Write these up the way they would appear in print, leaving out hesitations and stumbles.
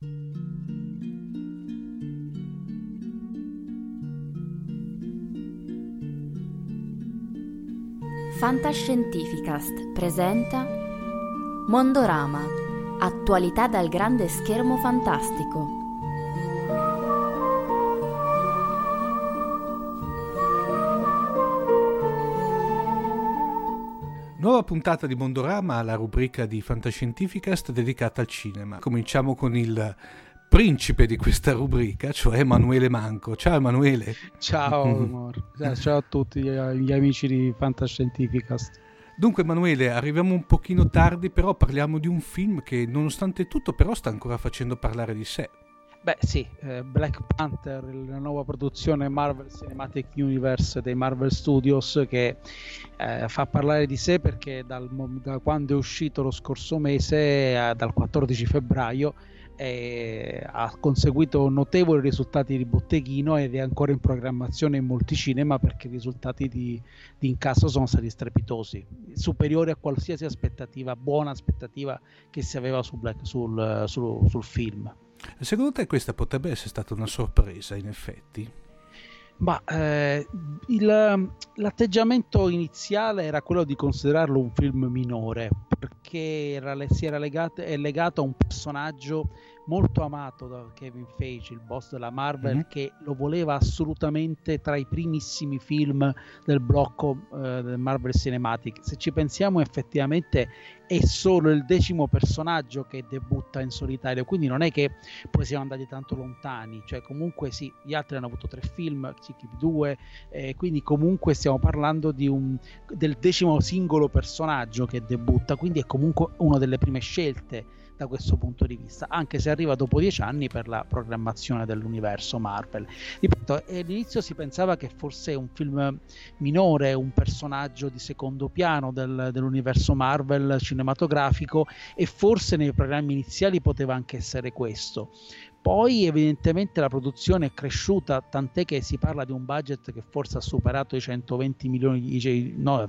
Fantascientificast presenta Mondorama, attualità dal grande schermo fantastico. Nuova puntata di Mondorama, la rubrica di Fantascientificast dedicata al cinema. Cominciamo con il principe di questa rubrica, cioè Emanuele Manco. Ciao Emanuele. Ciao amor. Ciao a tutti gli amici di Fantascientificast. Dunque Emanuele, arriviamo un pochino tardi, però parliamo di un film che nonostante tutto però sta ancora facendo parlare di sé. Beh sì, Black Panther, la nuova produzione Marvel Cinematic Universe dei Marvel Studios, che fa parlare di sé perché da quando è uscito lo scorso mese, dal 14 febbraio, ha conseguito notevoli risultati di botteghino ed è ancora in programmazione in molti cinema perché i risultati di incasso sono stati strepitosi, superiori a qualsiasi aspettativa, buona aspettativa che si aveva sul film. Secondo te questa potrebbe essere stata una sorpresa in effetti? Ma l'atteggiamento iniziale era quello di considerarlo un film minore, perché è legato a un personaggio molto amato da Kevin Feige, il boss della Marvel, che lo voleva assolutamente tra i primissimi film del blocco del Marvel Cinematic. Se ci pensiamo, effettivamente è solo il 10° personaggio che debutta in solitario, quindi non è che poi siamo andati tanto lontani, cioè comunque sì, gli altri hanno avuto 3 film, Chick 2, quindi comunque stiamo parlando del 10° singolo personaggio che debutta, quindi è comunque una delle prime scelte da questo punto di vista, anche se arriva dopo 10 anni per la programmazione dell'universo Marvel. Ripeto, all'inizio si pensava che fosse un film minore, un personaggio di secondo piano dell'universo Marvel cinematografico, e forse nei programmi iniziali poteva anche essere questo. Poi evidentemente la produzione è cresciuta, tant'è che si parla di un budget che forse ha superato i 120 milioni, no,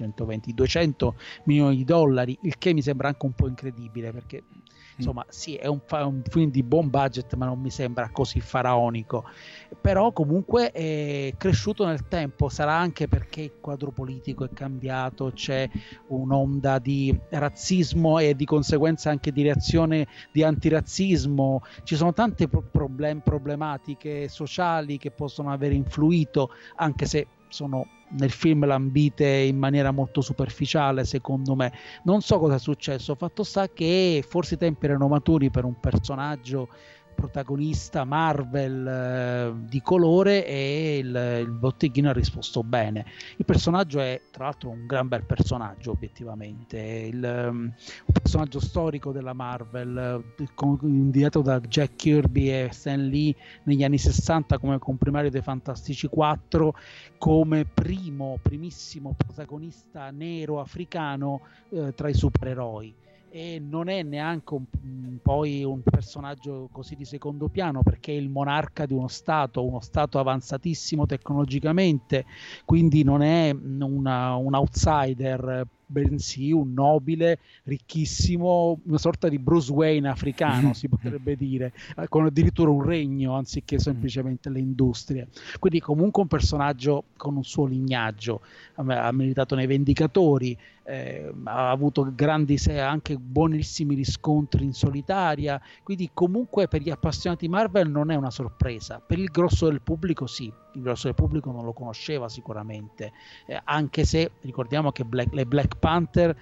200 milioni di dollari, il che mi sembra anche un po' incredibile, perché insomma sì, è un film di buon budget, ma non mi sembra così faraonico. Però comunque è cresciuto nel tempo, sarà anche perché il quadro politico è cambiato, c'è un'onda di razzismo e di conseguenza anche di reazione di antirazzismo, ci sono tante problematiche sociali che possono aver influito, anche se sono nel film lambite in maniera molto superficiale, secondo me. Non so cosa è successo, fatto sta che forse i tempi erano maturi per un personaggio protagonista Marvel di colore, e il botteghino ha risposto bene. Il personaggio è tra l'altro un gran bel personaggio, obiettivamente, un personaggio storico della Marvel, indicato da Jack Kirby e Stan Lee negli anni 60 come comprimario dei Fantastici 4, come primissimo protagonista nero africano tra i supereroi. E non è neanche poi un personaggio così di secondo piano, perché è il monarca di uno stato avanzatissimo tecnologicamente, quindi non è un outsider, bensì un nobile ricchissimo, una sorta di Bruce Wayne africano, si potrebbe dire, con addirittura un regno anziché semplicemente le industrie. Quindi comunque un personaggio con un suo lignaggio, ha militato nei Vendicatori, ha avuto anche buonissimi riscontri in solitaria, quindi comunque per gli appassionati Marvel non è una sorpresa. Per il grosso del pubblico sì, il grosso del pubblico non lo conosceva sicuramente, anche se ricordiamo che le Black Panther,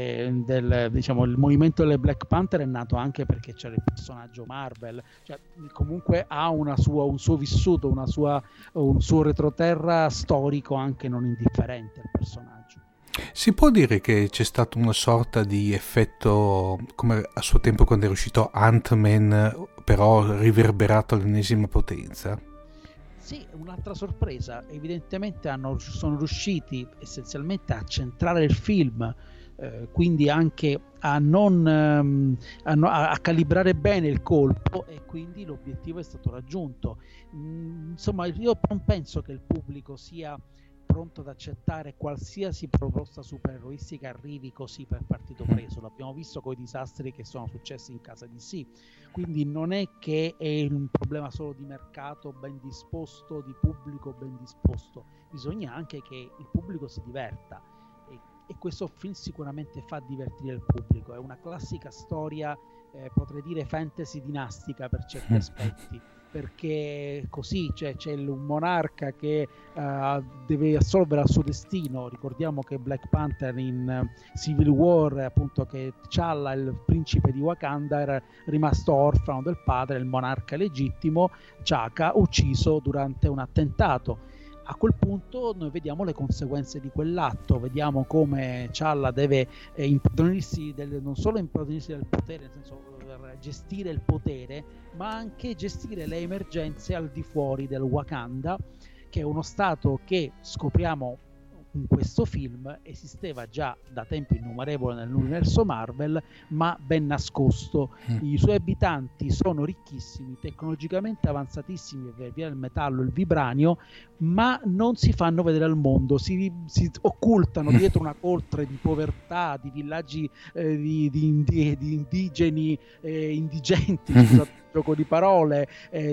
il movimento delle Black Panther è nato anche perché c'era il personaggio Marvel, cioè comunque ha un suo vissuto, un suo retroterra storico anche non indifferente il personaggio. Si può dire che c'è stato una sorta di effetto come a suo tempo quando era uscito Ant-Man, però riverberato all'ennesima potenza? Sì, un'altra sorpresa. Evidentemente sono riusciti essenzialmente a centrare il film, quindi anche a calibrare bene il colpo, e quindi l'obiettivo è stato raggiunto. Insomma, io non penso che il pubblico sia pronto ad accettare qualsiasi proposta supereroistica arrivi così per partito preso. L'abbiamo visto con i disastri che sono successi in casa DC, quindi non è che è un problema solo di mercato ben disposto, di pubblico ben disposto, bisogna anche che il pubblico si diverta, e questo film sicuramente fa divertire il pubblico. È una classica storia, potrei dire fantasy dinastica per certi aspetti, perché così c'è un monarca che deve assolvere al suo destino. Ricordiamo che Black Panther in Civil War, appunto, che T'Challa, il principe di Wakanda, era rimasto orfano del padre, il monarca legittimo, T'Chaka, ucciso durante un attentato. A quel punto noi vediamo le conseguenze di quell'atto, vediamo come T'Challa deve impadronirsi non solo impadronirsi del potere, nel senso gestire il potere, ma anche gestire le emergenze al di fuori del Wakanda, che è uno stato che scopriamo in questo film esisteva già da tempo innumerevole nell'universo Marvel, ma ben nascosto. I suoi abitanti sono ricchissimi, tecnologicamente avanzatissimi via il metallo, il vibranio, ma non si fanno vedere al mondo, si occultano dietro una coltre di povertà, di villaggi di indigeni, indigenti, gioco di parole,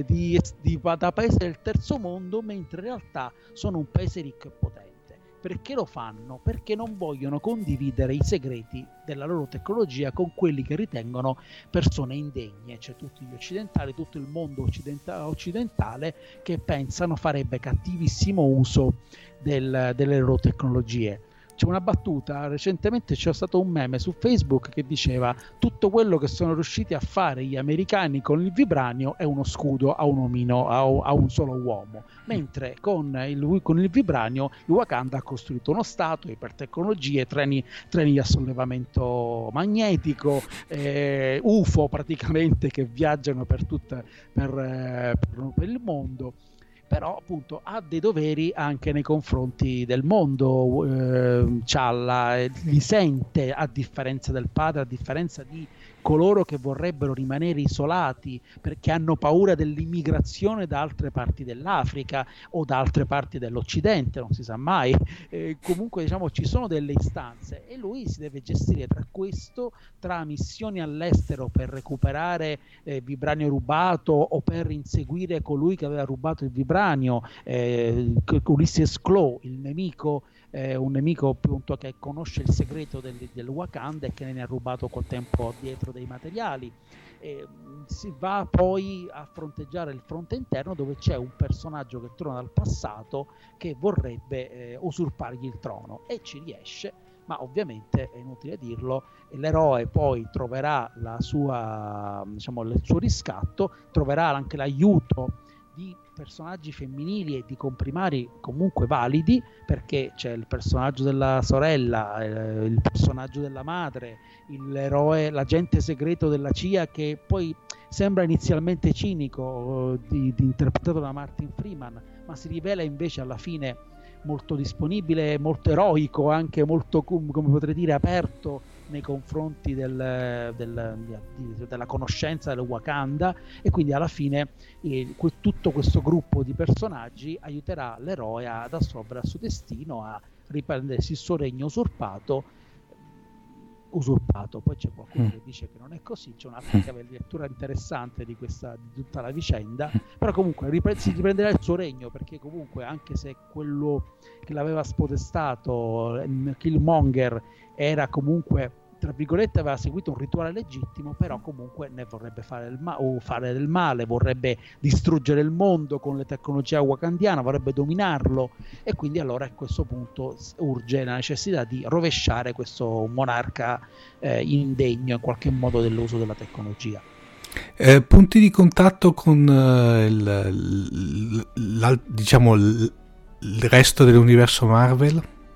da paese del terzo mondo, mentre in realtà sono un paese ricco e potente. Perché lo fanno? Perché non vogliono condividere i segreti della loro tecnologia con quelli che ritengono persone indegne, cioè tutti gli occidentali, tutto il mondo occidentale che pensano farebbe cattivissimo uso delle loro tecnologie. C'è una battuta, recentemente c'è stato un meme su Facebook che diceva: tutto quello che sono riusciti a fare gli americani con il vibranio è uno scudo a un omino, a un solo uomo, mentre con il vibranio il Wakanda ha costruito uno stato, ipertecnologie, treni di assollevamento magnetico, UFO praticamente che viaggiano per il mondo. Però appunto ha dei doveri anche nei confronti del mondo. T'Challa li sente, a differenza del padre, a differenza di coloro che vorrebbero rimanere isolati perché hanno paura dell'immigrazione da altre parti dell'Africa o da altre parti dell'Occidente, non si sa mai. Comunque diciamo ci sono delle istanze e lui si deve gestire tra missioni all'estero per recuperare vibranio rubato o per inseguire colui che aveva rubato il vibranio, Ulysses Klaue, il nemico, un nemico appunto che conosce il segreto del Wakanda e che ne ha rubato col tempo dietro dei materiali. Si va poi a fronteggiare il fronte interno, dove c'è un personaggio che torna dal passato che vorrebbe usurpargli il trono, e ci riesce, ma ovviamente è inutile dirlo, l'eroe poi troverà il suo riscatto, troverà anche l'aiuto di personaggi femminili e di comprimari comunque validi, perché c'è il personaggio della sorella, il personaggio della madre, l'eroe, l'agente segreto della CIA che poi sembra inizialmente cinico, interpretato da Martin Freeman, ma si rivela invece alla fine molto disponibile, molto eroico, anche molto, come potrei dire, aperto nei confronti della conoscenza del Wakanda, e quindi alla fine tutto questo gruppo di personaggi aiuterà l'eroe ad assolvere al suo destino, a riprendersi il suo regno usurpato. Poi c'è qualcuno che dice che non è così, c'è un'altra lettura interessante di tutta la vicenda, però comunque si riprenderà il suo regno, perché comunque anche se quello che l'aveva spodestato, Killmonger, era comunque, tra virgolette, aveva seguito un rituale legittimo, però comunque ne vorrebbe fare del male, vorrebbe distruggere il mondo con le tecnologie wakandiane, vorrebbe dominarlo, e quindi allora a questo punto urge la necessità di rovesciare questo monarca indegno in qualche modo dell'uso della tecnologia. Punti di contatto con il resto dell'universo Marvel?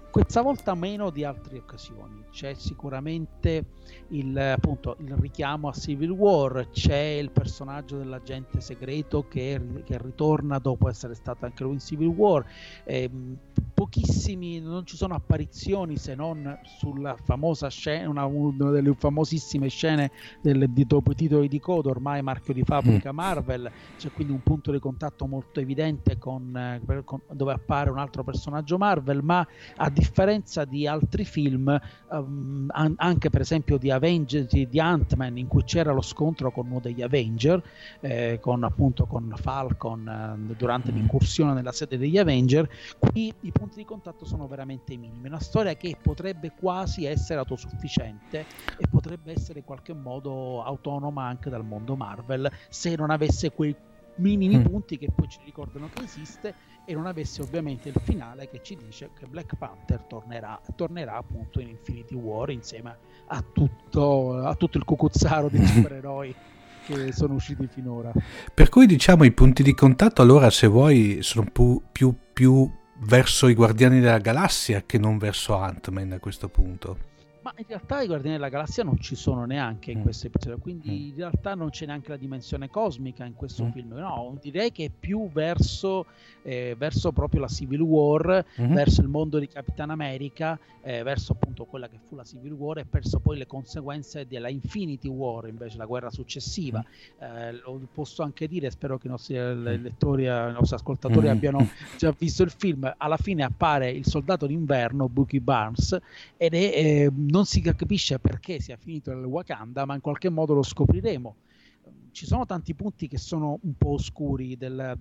questa volta meno di altre occasioni. C'è sicuramente il richiamo a Civil War, c'è il personaggio dell'agente segreto che ritorna dopo essere stato anche lui in Civil War. Pochissimi, non ci sono apparizioni se non sulla famosa scena, una delle famosissime scene dopo i titoli di coda, ormai marchio di fabbrica Marvel. C'è quindi un punto di contatto molto evidente con dove appare un altro personaggio Marvel, ma a differenza di altri film, anche per esempio di Ant-Man, in cui c'era lo scontro con uno degli Avenger, con Falcon durante l'incursione nella sede degli Avenger, qui i punti di contatto sono veramente minimi. Una storia che potrebbe quasi essere autosufficiente e potrebbe essere in qualche modo autonoma anche dal mondo Marvel, se non avesse quei minimi punti che poi ci ricordano che esiste, e non avesse ovviamente il finale che ci dice che Black Panther tornerà appunto in Infinity War insieme a tutto il cucuzzaro di supereroi che sono usciti finora. Per cui diciamo i punti di contatto allora, se vuoi, sono più verso i Guardiani della Galassia che non verso Ant-Man a questo punto. Ma in realtà i Guardiani della Galassia non ci sono neanche in questo episodio, quindi in realtà non c'è neanche la dimensione cosmica in questo film. No, direi che è più verso proprio la Civil War, verso il mondo di Capitan America, verso appunto quella che fu la Civil War, e verso poi le conseguenze della Infinity War, invece la guerra successiva. Lo posso anche dire, spero che i nostri lettori, i nostri ascoltatori abbiano già visto il film. Alla fine appare il soldato d'inverno Bucky Barnes, ed è non si capisce perché sia finito nel Wakanda, ma in qualche modo lo scopriremo. Ci sono tanti punti che sono un po' oscuri della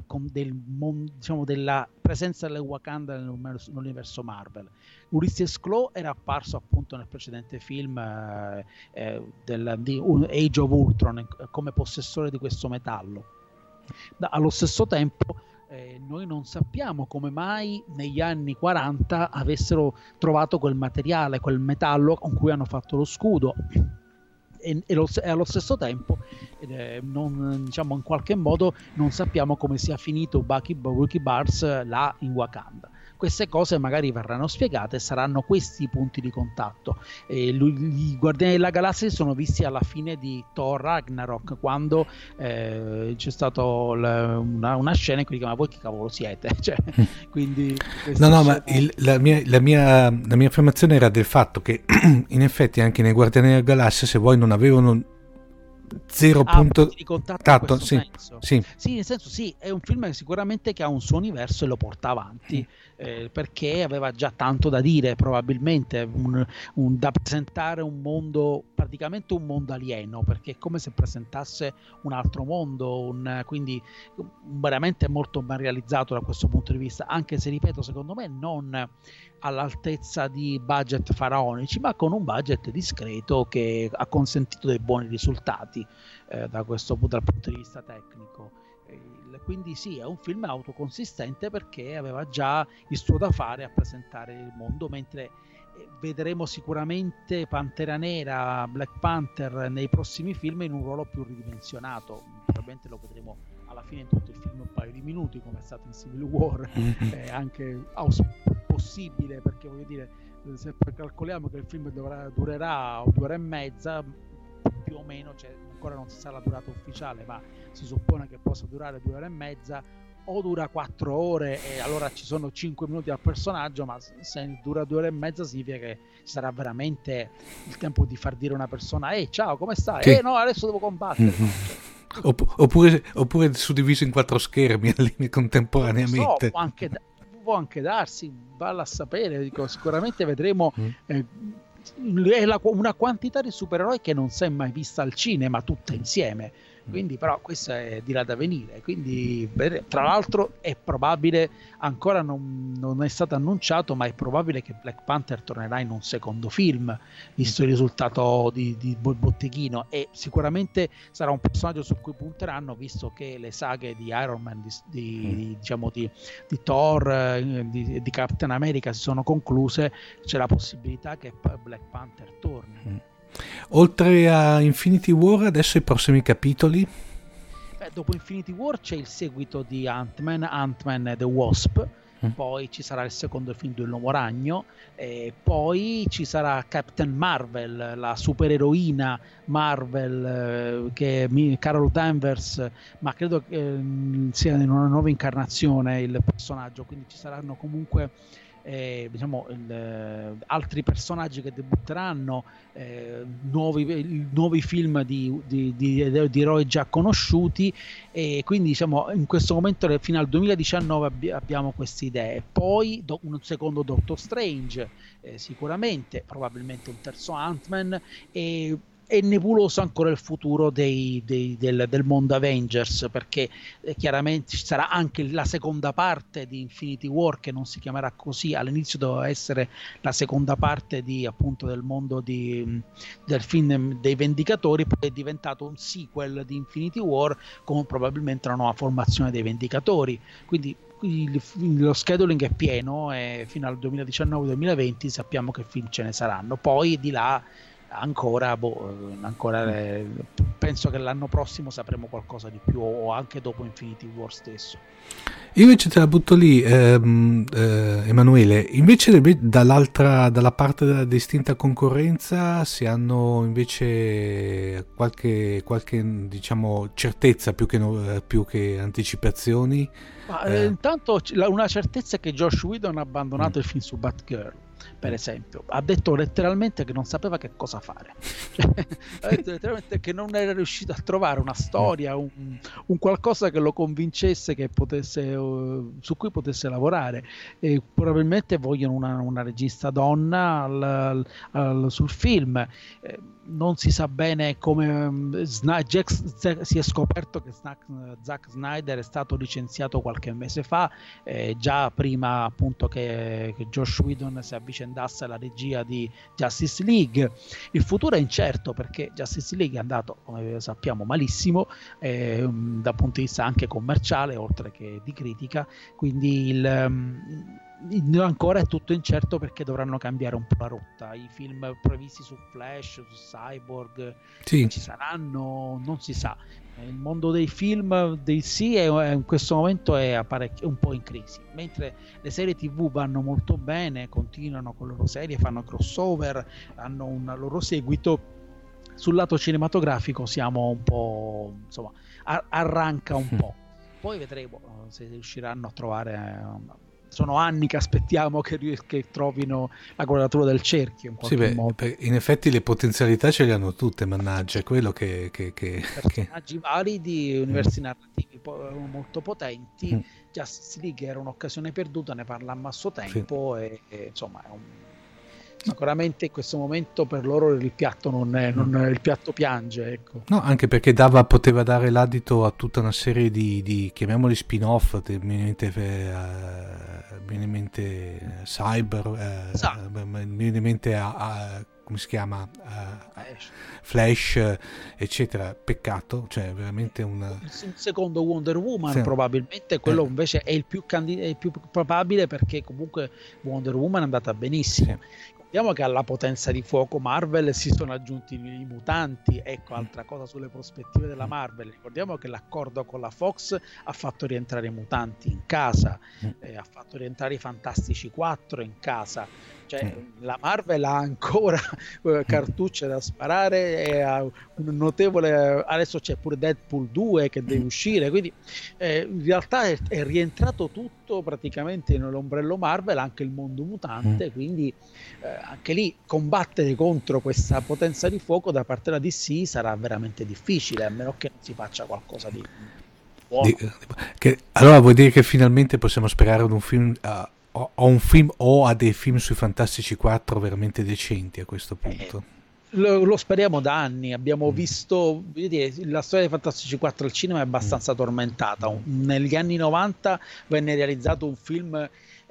presenza del Wakanda nell'universo Marvel. Ulysses Klaue era apparso appunto nel precedente film di Age of Ultron come possessore di questo metallo. Allo stesso tempo noi non sappiamo come mai negli anni 40 avessero trovato quel materiale, quel metallo con cui hanno fatto lo scudo, e allo stesso tempo in qualche modo non sappiamo come sia finito Bucky Barnes là in Wakanda. Queste cose magari verranno spiegate e saranno questi i punti di contatto. I Guardiani della Galassia sono visti alla fine di Thor Ragnarok, quando c'è stata una scena in cui dicono: ma voi che cavolo siete? Quindi la mia affermazione era del fatto che in effetti anche nei Guardiani della Galassia, se vuoi, non avevano zero punto di contatto in questo senso. Sì, nel senso, sì, è un film che sicuramente che ha un suo universo e lo porta avanti, perché aveva già tanto da dire, probabilmente da presentare un mondo, praticamente un mondo alieno, perché è come se presentasse un altro mondo, quindi veramente molto ben realizzato da questo punto di vista, anche se, ripeto, secondo me non all'altezza di budget faraonici, ma con un budget discreto che ha consentito dei buoni risultati dal punto di vista tecnico. Quindi sì, è un film autoconsistente perché aveva già il suo da fare a presentare il mondo, mentre vedremo sicuramente Pantera Nera, Black Panther nei prossimi film in un ruolo più ridimensionato. Probabilmente lo vedremo alla fine in tutto il film un paio di minuti, come è stato in Civil War. Anche possibile, perché voglio dire, se calcoliamo che il film durerà 2 ore e mezza più o meno, ancora non si sa la durata ufficiale, ma si suppone che possa durare 2 ore e mezza, o dura 4 ore e allora ci sono 5 minuti al personaggio, ma se dura 2 ore e mezza significa che ci sarà veramente il tempo di far dire a una persona: ciao, come stai? No, adesso devo combattere. Oppure suddiviso in 4 schermi contemporaneamente. Può anche darsi, valla a sapere. Sicuramente vedremo una quantità di supereroi che non si è mai vista al cinema tutta insieme, quindi però questo è di là da venire. Quindi tra l'altro è probabile, ancora non è stato annunciato, ma è probabile che Black Panther tornerà in un secondo film, visto il risultato di Botteghino, e sicuramente sarà un personaggio su cui punteranno, visto che le saghe di Iron Man, di Thor, di Captain America si sono concluse. C'è la possibilità che Black Panther torni. Oltre a Infinity War, adesso i prossimi capitoli? Dopo Infinity War c'è il seguito di Ant-Man and the Wasp, poi ci sarà il secondo film del Nuovo Ragno, poi ci sarà Captain Marvel, la supereroina Marvel, che è Carol Danvers, ma credo che sia in una nuova incarnazione il personaggio, quindi ci saranno comunque altri personaggi che debutteranno, nuovi film di eroi già conosciuti, e quindi in questo momento fino al 2019 abbiamo queste idee. Poi un secondo Doctor Strange, sicuramente, probabilmente un terzo Ant-Man, e è nebuloso ancora il futuro del mondo Avengers, perché chiaramente ci sarà anche la seconda parte di Infinity War, che non si chiamerà così, all'inizio doveva essere la seconda parte appunto del mondo del film dei Vendicatori, poi è diventato un sequel di Infinity War con probabilmente una nuova formazione dei Vendicatori, quindi lo scheduling è pieno, e fino al 2019-2020 sappiamo che film ce ne saranno. Poi di là ancora penso che l'anno prossimo sapremo qualcosa di più, o anche dopo Infinity War stesso. Io invece te la butto lì, Emanuele, invece dalla parte della distinta concorrenza si hanno invece qualche diciamo certezza più che anticipazioni? Intanto una certezza è che Joss Whedon ha abbandonato il film su Batgirl, per esempio. Ha detto letteralmente che non sapeva che cosa fare, ha detto letteralmente che non era riuscito a trovare una storia, un qualcosa che lo convincesse, che su cui potesse lavorare, e probabilmente vogliono una regista donna sul film. Non si sa bene come si è scoperto che Zack Snyder è stato licenziato qualche mese fa, già prima appunto che Joss Whedon si avvicendasse alla regia di Justice League. Il futuro è incerto, perché Justice League è andato, come sappiamo, malissimo, dal punto di vista anche commerciale oltre che di critica, quindi ancora è tutto incerto, perché dovranno cambiare un po' la rotta. I film previsti su Flash, su Cyborg, ci saranno, non si sa. Il mondo dei film DC in questo momento è un po' in crisi, mentre le serie TV vanno molto bene, continuano con le loro serie, fanno crossover, hanno un loro seguito. Sul lato cinematografico siamo un po', insomma, arranca un po'. Poi vedremo se riusciranno a trovare. Sono anni che aspettiamo che trovino la quadratura del cerchio in qualche modo. In effetti le potenzialità ce le hanno tutte, mannaggia, è quello che personaggi validi, universi narrativi molto potenti. Justice League era un'occasione perduta, ne parlammo a suo tempo, e insomma sicuramente in questo momento per loro il piatto il piatto piange, ecco. No, anche perché poteva dare l'adito a tutta una serie di chiamiamoli spin-off, mi viene in mente Cyber, mi viene in mente come si chiama, Flash, eccetera. Peccato, cioè veramente un secondo Wonder Woman, probabilmente quello invece è il più probabile, perché comunque Wonder Woman è andata benissimo. Vediamo che alla potenza di fuoco Marvel si sono aggiunti i mutanti, ecco, altra cosa sulle prospettive della Marvel. Ricordiamo che l'accordo con la Fox ha fatto rientrare i mutanti in casa, ha fatto rientrare i Fantastici 4 in casa, cioè la Marvel ha ancora cartucce da sparare, e ha un notevole, adesso c'è pure Deadpool 2 che deve uscire, quindi in realtà è rientrato tutto praticamente nell'ombrello Marvel, anche il mondo mutante, quindi anche lì combattere contro questa potenza di fuoco da parte della DC sarà veramente difficile, a meno che non si faccia qualcosa di buono. Allora vuol dire che finalmente possiamo sperare ad un film o a dei film sui Fantastici 4 veramente decenti a questo punto? Lo speriamo da anni. Abbiamo visto, la storia dei Fantastici 4 al cinema è abbastanza tormentata. Negli anni 90 venne realizzato un film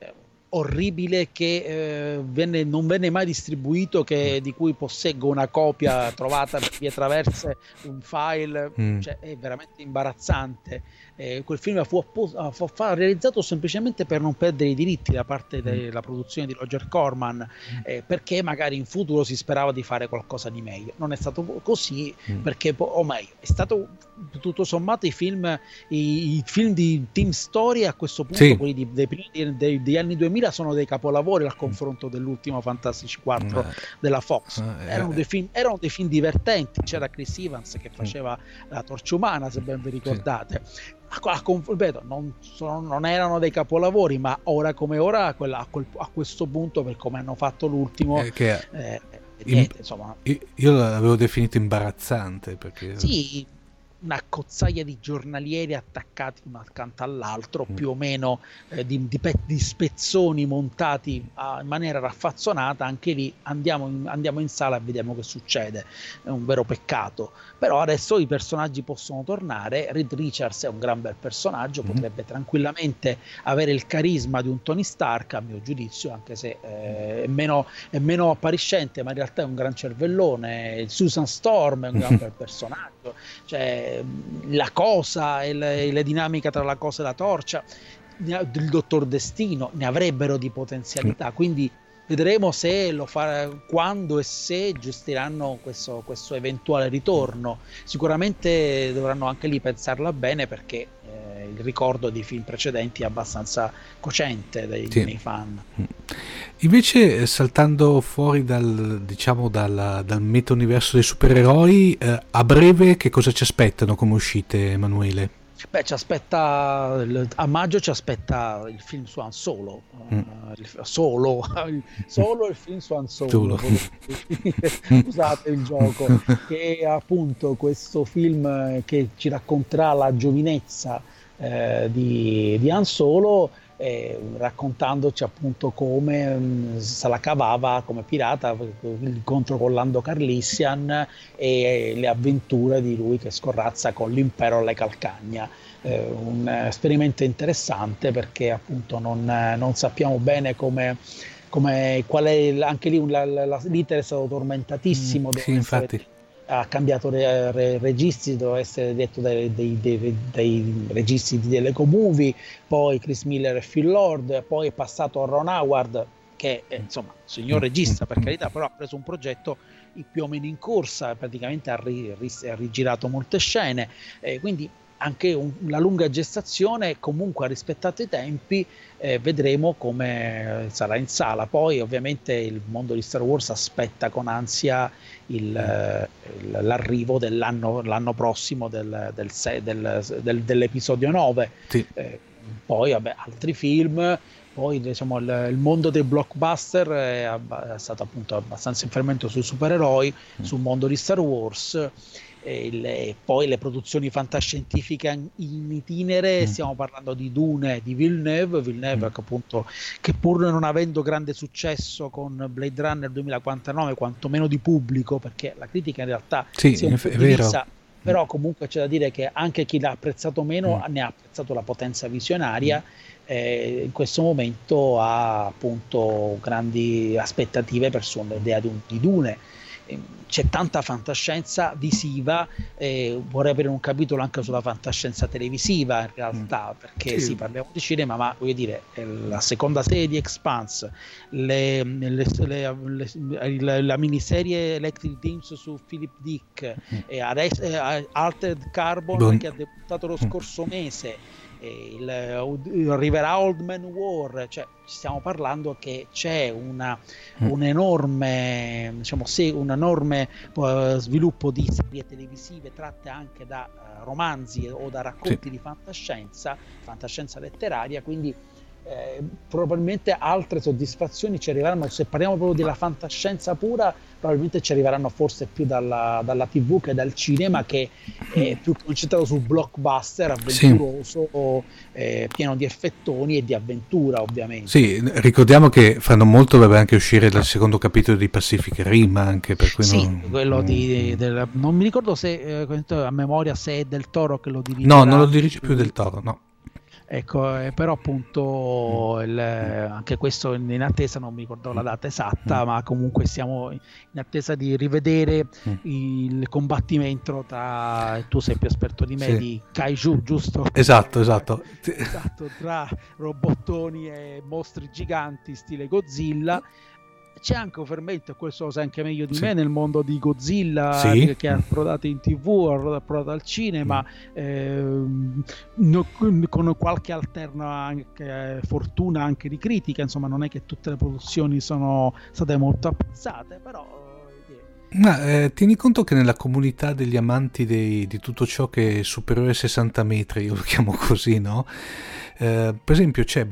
orribile che non venne mai distribuito, di cui posseggo una copia trovata per vie traverse, un file, cioè è veramente imbarazzante. Quel film fu realizzato semplicemente per non perdere i diritti da parte della produzione di Roger Corman, perché magari in futuro si sperava di fare qualcosa di meglio. Non è stato così, perché o meglio, è stato tutto sommato i film di Team Story a questo punto, quelli degli anni 2000, sono dei capolavori al confronto dell'ultimo Fantastic 4 della Fox. Erano dei film divertenti. C'era Chris Evans che faceva la Torcia Umana, se ben vi ricordate. Ripeto, non erano dei capolavori, ma ora come ora a questo punto, per come hanno fatto l'ultimo, niente, insomma. Io l'avevo definito imbarazzante, perché sì, una cozzaglia di giornalieri attaccati uno accanto all'altro, più o meno di spezzoni montati in maniera raffazzonata. Anche lì andiamo in sala e vediamo che succede. È un vero peccato. Però adesso i personaggi possono tornare. Reed Richards è un gran bel personaggio, potrebbe tranquillamente avere il carisma di un Tony Stark, a mio giudizio, anche se è meno appariscente, ma in realtà è un gran cervellone. Susan Storm è un gran bel personaggio, cioè la Cosa e le dinamiche tra la Cosa e la Torcia, il Dottor Destino ne avrebbero di potenzialità, quindi vedremo se quando e se gestiranno questo eventuale ritorno. Sicuramente dovranno anche lì pensarla bene, perché il ricordo dei film precedenti è abbastanza cocente nei fan. Invece, saltando fuori dal meta-universo dei supereroi, a breve che cosa ci aspettano come uscite, Emanuele? Ci aspetta a maggio, ci aspetta il film su Han Solo, il film su Han Solo. Scusate il gioco, che è appunto questo film che ci racconterà la giovinezza di Han Solo, raccontandoci appunto come se la cavava come pirata, l'incontro con Lando Calrissian e le avventure di lui che scorrazza con l'impero alle calcagna. Un esperimento interessante, perché appunto non sappiamo bene qual è. Anche lì l'iter è stato tormentatissimo. Sì, infatti. Ha cambiato registi, doveva essere detto dai registi di Deleco Movie, poi Chris Miller e Phil Lord, poi è passato a Ron Howard, che è insomma signor regista, per carità, però ha preso un progetto più o meno in corsa, praticamente ha rigirato molte scene, quindi anche una lunga gestazione. Comunque ha rispettato i tempi, vedremo come sarà in sala. Poi ovviamente il mondo di Star Wars aspetta con ansia l'arrivo l'anno prossimo dell'episodio 9. Sì. Poi altri film. Poi diciamo il mondo dei blockbuster è stato appunto abbastanza in fermento sui supereroi, sul mondo di Star Wars. Poi le produzioni fantascientifiche in itinere. Stiamo parlando di Dune di Villeneuve che pur non avendo grande successo con Blade Runner 2049, quantomeno di pubblico, perché la critica in realtà si è un po' divisa, però comunque c'è da dire che anche chi l'ha apprezzato meno ne ha apprezzato la potenza visionaria. In questo momento ha appunto grandi aspettative per l'idea di Dune. C'è tanta fantascienza visiva, vorrei aprire un capitolo anche sulla fantascienza televisiva in realtà, perché sì, parliamo di cinema, ma voglio dire, la seconda serie di Expanse, la miniserie Electric Dreams su Philip Dick, Altered Carbon che ha debuttato lo scorso mese, arriverà Old Man War, cioè stiamo parlando che c'è un enorme sviluppo di serie televisive tratte anche da romanzi o da racconti di fantascienza letteraria, quindi probabilmente altre soddisfazioni ci arriveranno. Se parliamo proprio della fantascienza pura, probabilmente ci arriveranno forse più dalla TV che dal cinema, che è più concentrato sul blockbuster avventuroso, pieno di effettoni e di avventura, ovviamente. Sì, ricordiamo che fanno molto, dovrebbe anche uscire il secondo capitolo di Pacific Rim, anche per cui quello non mi ricordo se a memoria se è Del Toro che lo dirige. No, non lo dirige più Del Toro, no. Ecco, però appunto anche questo in attesa, non mi ricordo la data esatta, ma comunque siamo in attesa di rivedere il combattimento tra, tu sei più esperto di me, di kaiju, giusto? Esatto. Esatto, tra robottoni e mostri giganti stile Godzilla. C'è anche un fermento, questo lo sai anche meglio di me, nel mondo di Godzilla, che ha approdato in TV, ha approdato al cinema, con qualche alterna anche, fortuna anche di critica. Insomma, non è che tutte le produzioni sono state molto apprezzate, però tieni conto che nella comunità degli amanti di tutto ciò che è superiore ai 60 metri, io lo chiamo così, no? Per esempio c'è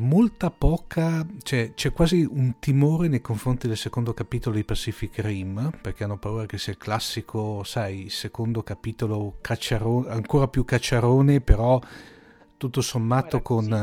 quasi un timore nei confronti del secondo capitolo di Pacific Rim, perché hanno paura che sia il classico, sai, il secondo capitolo cacciarone, ancora più cacciarone, però tutto sommato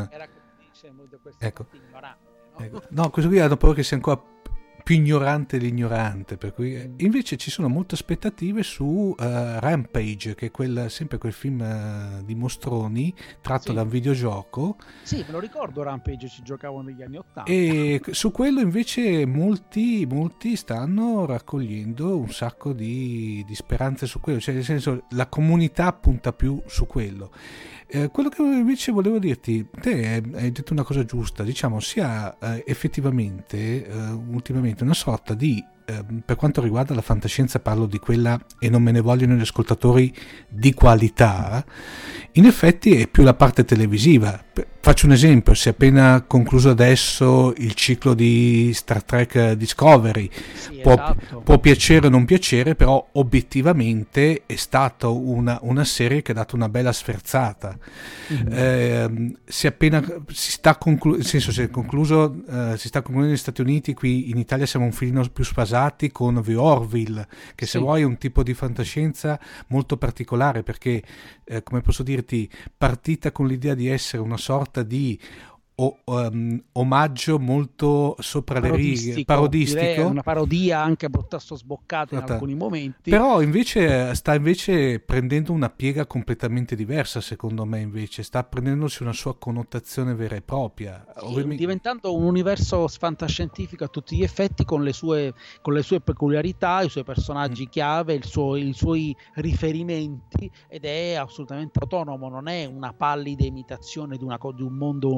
ecco. No, questo qui hanno paura che sia ancora più ignorante l'ignorante, per cui invece ci sono molte aspettative su Rampage, che è sempre quel film di mostroni tratto da un videogioco. Sì, me lo ricordo, Rampage, ci giocavo negli anni '80. E su quello invece molti stanno raccogliendo un sacco di speranze su quello, cioè nel senso la comunità punta più su quello. Quello che invece volevo dirti, te hai detto una cosa giusta, diciamo, si ha effettivamente ultimamente una sorta di, per quanto riguarda la fantascienza, parlo di quella, e non me ne vogliono gli ascoltatori, di qualità, in effetti è più la parte televisiva. Faccio un esempio: si è appena concluso adesso il ciclo di Star Trek Discovery, può piacere o non piacere, però obiettivamente è stata una serie che ha dato una bella sferzata. Si sta concludendo negli Stati Uniti, qui in Italia siamo un filino più spasati con The Orville, che se vuoi è un tipo di fantascienza molto particolare, perché come posso dirti, partita con l'idea di essere una sorta di omaggio molto sopra le righe, parodistico, una parodia anche piuttosto sboccata in alcuni momenti, però invece sta prendendo una piega completamente diversa, secondo me. Invece sta prendendosi una sua connotazione vera e propria, diventando un universo fantascientifico a tutti gli effetti, con le sue peculiarità, i suoi personaggi chiave, i suoi riferimenti, ed è assolutamente autonomo, non è una pallida imitazione di un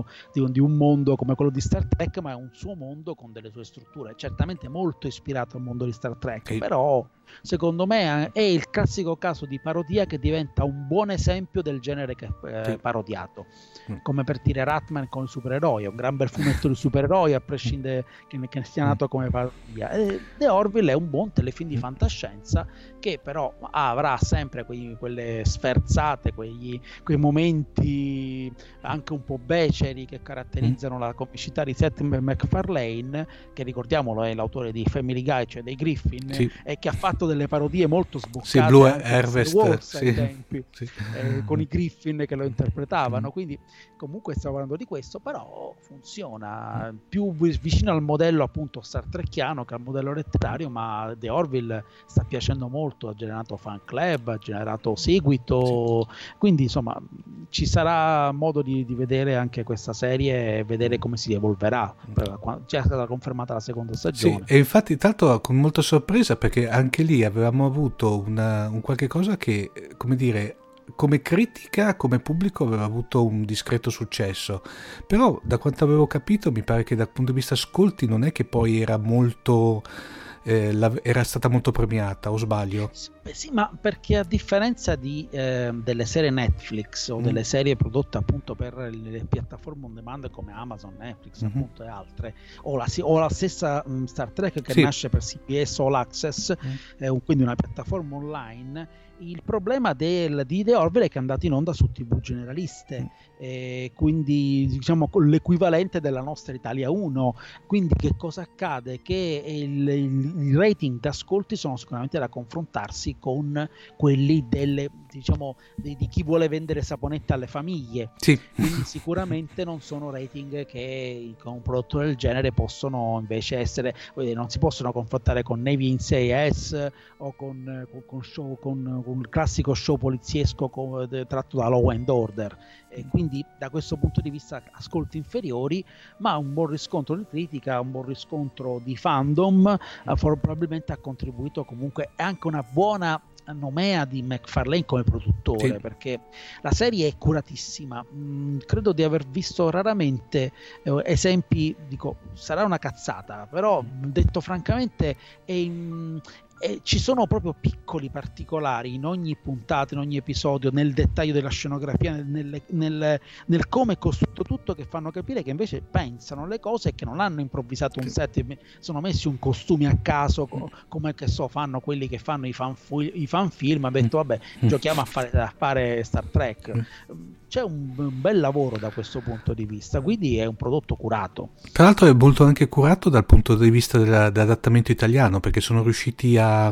mondo come quello di Star Trek, ma è un suo mondo con delle sue strutture, certamente molto ispirato al mondo di Star Trek, però secondo me è il classico caso di parodia che diventa un buon esempio del genere che è parodiato, come per dire Ratman con i supereroi, un gran bel fumetto di supereroi, a prescindere che sia nato come parodia. The Orville è un buon telefilm di fantascienza che però avrà sempre quelle sferzate, quei momenti anche un po' beceri che caratterizzano la comicità di Seth MacFarlane, che ricordiamolo è l'autore di Family Guy, cioè dei Griffin, e che ha fatto delle parodie molto sboccate, Blue Harvest ai tempi, con i Griffin che lo interpretavano, quindi comunque stiamo parlando di questo, però funziona più vicino al modello appunto Star Trekiano che al modello letterario, ma The Orville sta piacendo molto, ha generato fan club, ha generato seguito, quindi insomma ci sarà modo di vedere anche questa serie e vedere come si evolverà. Già è stata confermata la seconda stagione. E infatti tanto con molta sorpresa, perché anche lì avevamo avuto un qualche cosa che, come dire, come critica, come pubblico aveva avuto un discreto successo, però da quanto avevo capito mi pare che dal punto di vista ascolti non è che poi era molto era stata molto premiata, o sbaglio? Sì, ma perché a differenza delle serie Netflix o delle serie prodotte appunto per le piattaforme on demand come Amazon, Netflix appunto e altre, o la stessa Star Trek che nasce per CBS All Access, quindi una piattaforma online, il problema di The Orville è che è andato in onda su TV generaliste, quindi diciamo l'equivalente della nostra Italia 1. Quindi che cosa accade? Che i rating d'ascolti sono sicuramente da confrontarsi con quelli di chi vuole vendere saponette alle famiglie, quindi sicuramente non sono rating che con un prodotto del genere possono invece essere, non si possono confrontare con Navy in 6S o con un classico show poliziesco tratto da Law and Order, e quindi da questo punto di vista ascolti inferiori, ma un buon riscontro di critica, un buon riscontro di fandom, probabilmente ha contribuito comunque anche una buona nomea di McFarlane come produttore, sì, perché la serie è curatissima. Credo di aver visto raramente esempi, dico, sarà una cazzata, però detto francamente ci sono proprio piccoli particolari in ogni puntata, in ogni episodio, nel dettaglio della scenografia, nel come è costruito tutto, che fanno capire che invece pensano le cose e che non hanno improvvisato un set, sono messi un costumi a caso, come che so fanno quelli che fanno i fan film, ha detto vabbè, giochiamo a fare Star Trek. C'è un bel lavoro da questo punto di vista, quindi è un prodotto curato. Tra l'altro è molto anche curato dal punto di vista dell'adattamento italiano, perché sono riusciti a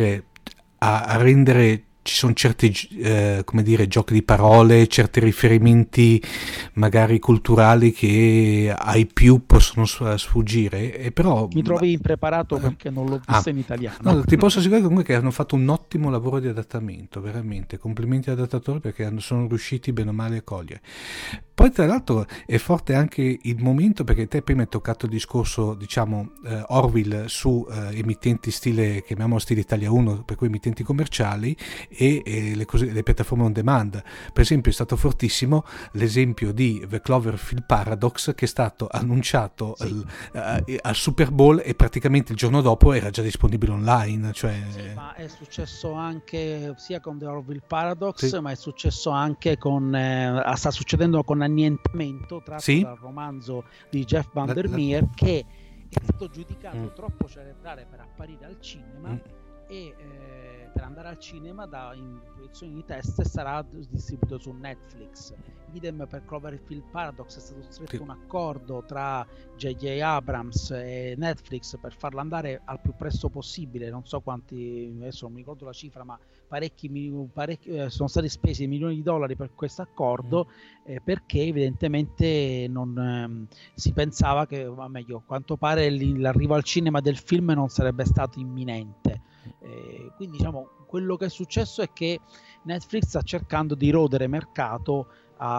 rendere, ci sono certi giochi di parole, certi riferimenti magari culturali che ai più possono sfuggire, e però mi trovi impreparato perché non l'ho vista in italiano. No, ti posso assicurare comunque che hanno fatto un ottimo lavoro di adattamento, veramente complimenti all'adattatore, perché sono riusciti bene o male a cogliere. Poi tra l'altro è forte anche il momento, perché te prima hai toccato il discorso, diciamo, Orville su emittenti stile, chiamiamolo stile Italia 1, per cui emittenti commerciali, e le piattaforme on demand. Per esempio è stato fortissimo l'esempio di The Cloverfield Paradox, che è stato annunciato al Super Bowl e praticamente il giorno dopo era già disponibile online, cioè... Sì, ma è successo anche sia con The Orville Paradox, sì, ma è successo anche sta succedendo con Annientamento, tratto dal romanzo di Jeff Vandermeer, che è stato giudicato troppo cerebrale per apparire al cinema, e per andare al cinema in proiezioni di test sarà distribuito su Netflix. Idem per Cloverfield Paradox, è stato stretto un accordo tra J.J. Abrams e Netflix per farlo andare al più presto possibile. Non so quanti, adesso non mi ricordo la cifra, ma parecchi sono stati spesi milioni di dollari per questo accordo, perché evidentemente non si pensava che, o meglio, a quanto pare l'arrivo al cinema del film non sarebbe stato imminente. Quindi diciamo, quello che è successo è che Netflix sta cercando di erodere mercato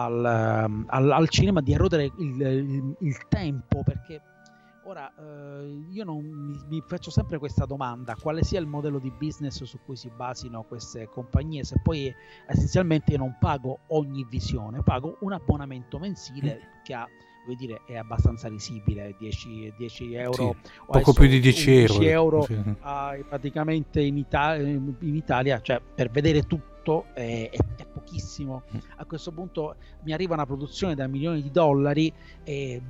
al cinema, di erodere il tempo, perché ora io mi faccio sempre questa domanda: quale sia il modello di business su cui si basino queste compagnie, se poi essenzialmente io non pago ogni visione, pago un abbonamento mensile che ha, vuol dire, è abbastanza risibile, 10 euro, sì, poco più di 10 euro sì, praticamente in Italia, cioè per vedere tutto è pochissimo. A questo punto mi arriva una produzione da milioni di dollari e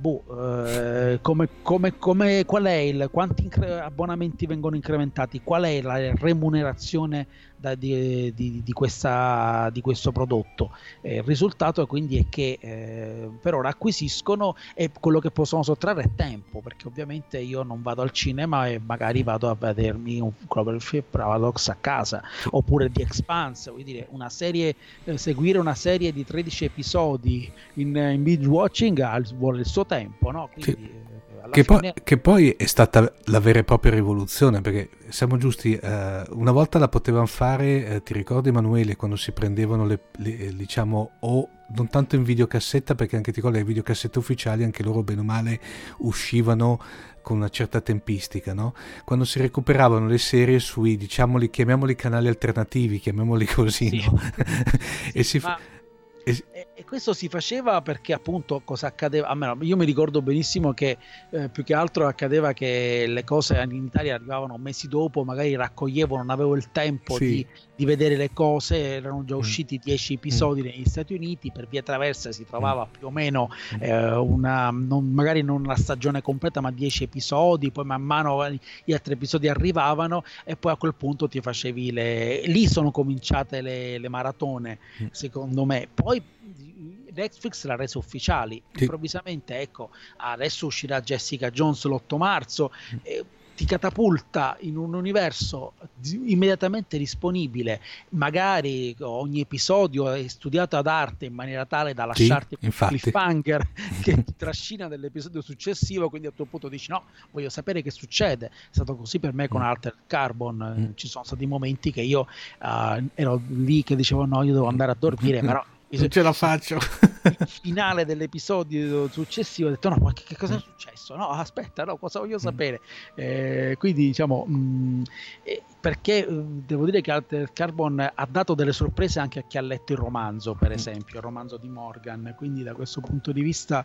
qual è quanti abbonamenti vengono incrementati, qual è la remunerazione di questo prodotto? Il risultato quindi è che per ora acquisiscono, e quello che possono sottrarre è tempo, perché ovviamente io non vado al cinema e magari vado a vedermi un Cloverfield Paradox a casa, oppure The Expanse, vuol dire una serie, seguire una serie di 13 episodi in binge watching vuole il suo tempo, no? Quindi, che poi è stata la vera e propria rivoluzione, perché siamo giusti, una volta la potevano fare, ti ricordi Emanuele, quando si prendevano diciamo, o non tanto in videocassetta, perché anche ti ricordi le videocassette ufficiali, anche loro bene o male uscivano con una certa tempistica, no? Quando si recuperavano le serie sui, diciamoli, chiamiamoli canali alternativi, chiamiamoli così, sì, no? Sì, e questo si faceva perché appunto cosa accadeva? Almeno io mi ricordo benissimo che più che altro accadeva che le cose in Italia arrivavano mesi dopo, magari raccoglievo, non avevo il tempo di vedere le cose, erano già usciti 10 episodi negli Stati Uniti, per via traversa si trovava più o meno magari non la stagione completa, ma 10 episodi, poi man mano gli altri episodi arrivavano, e poi a quel punto ti facevi lì sono cominciate le maratone, secondo me. Poi Netflix l'ha reso ufficiali, improvvisamente, ecco, adesso uscirà Jessica Jones l'8 marzo, ti catapulta in un universo immediatamente disponibile, magari ogni episodio è studiato ad arte in maniera tale da lasciarti un cliffhanger che ti trascina nell'episodio successivo, quindi a tuo punto dici no, voglio sapere che succede. È stato così per me con Altered Carbon. Ci sono stati momenti che io ero lì che dicevo no, io devo andare a dormire, però non ce la faccio. Il finale dell'episodio successivo ho detto no, ma che cosa è successo? No, aspetta, no, cosa voglio sapere? Quindi diciamo perché devo dire che Altered Carbon ha dato delle sorprese anche a chi ha letto il romanzo, per esempio il romanzo di Morgan, quindi da questo punto di vista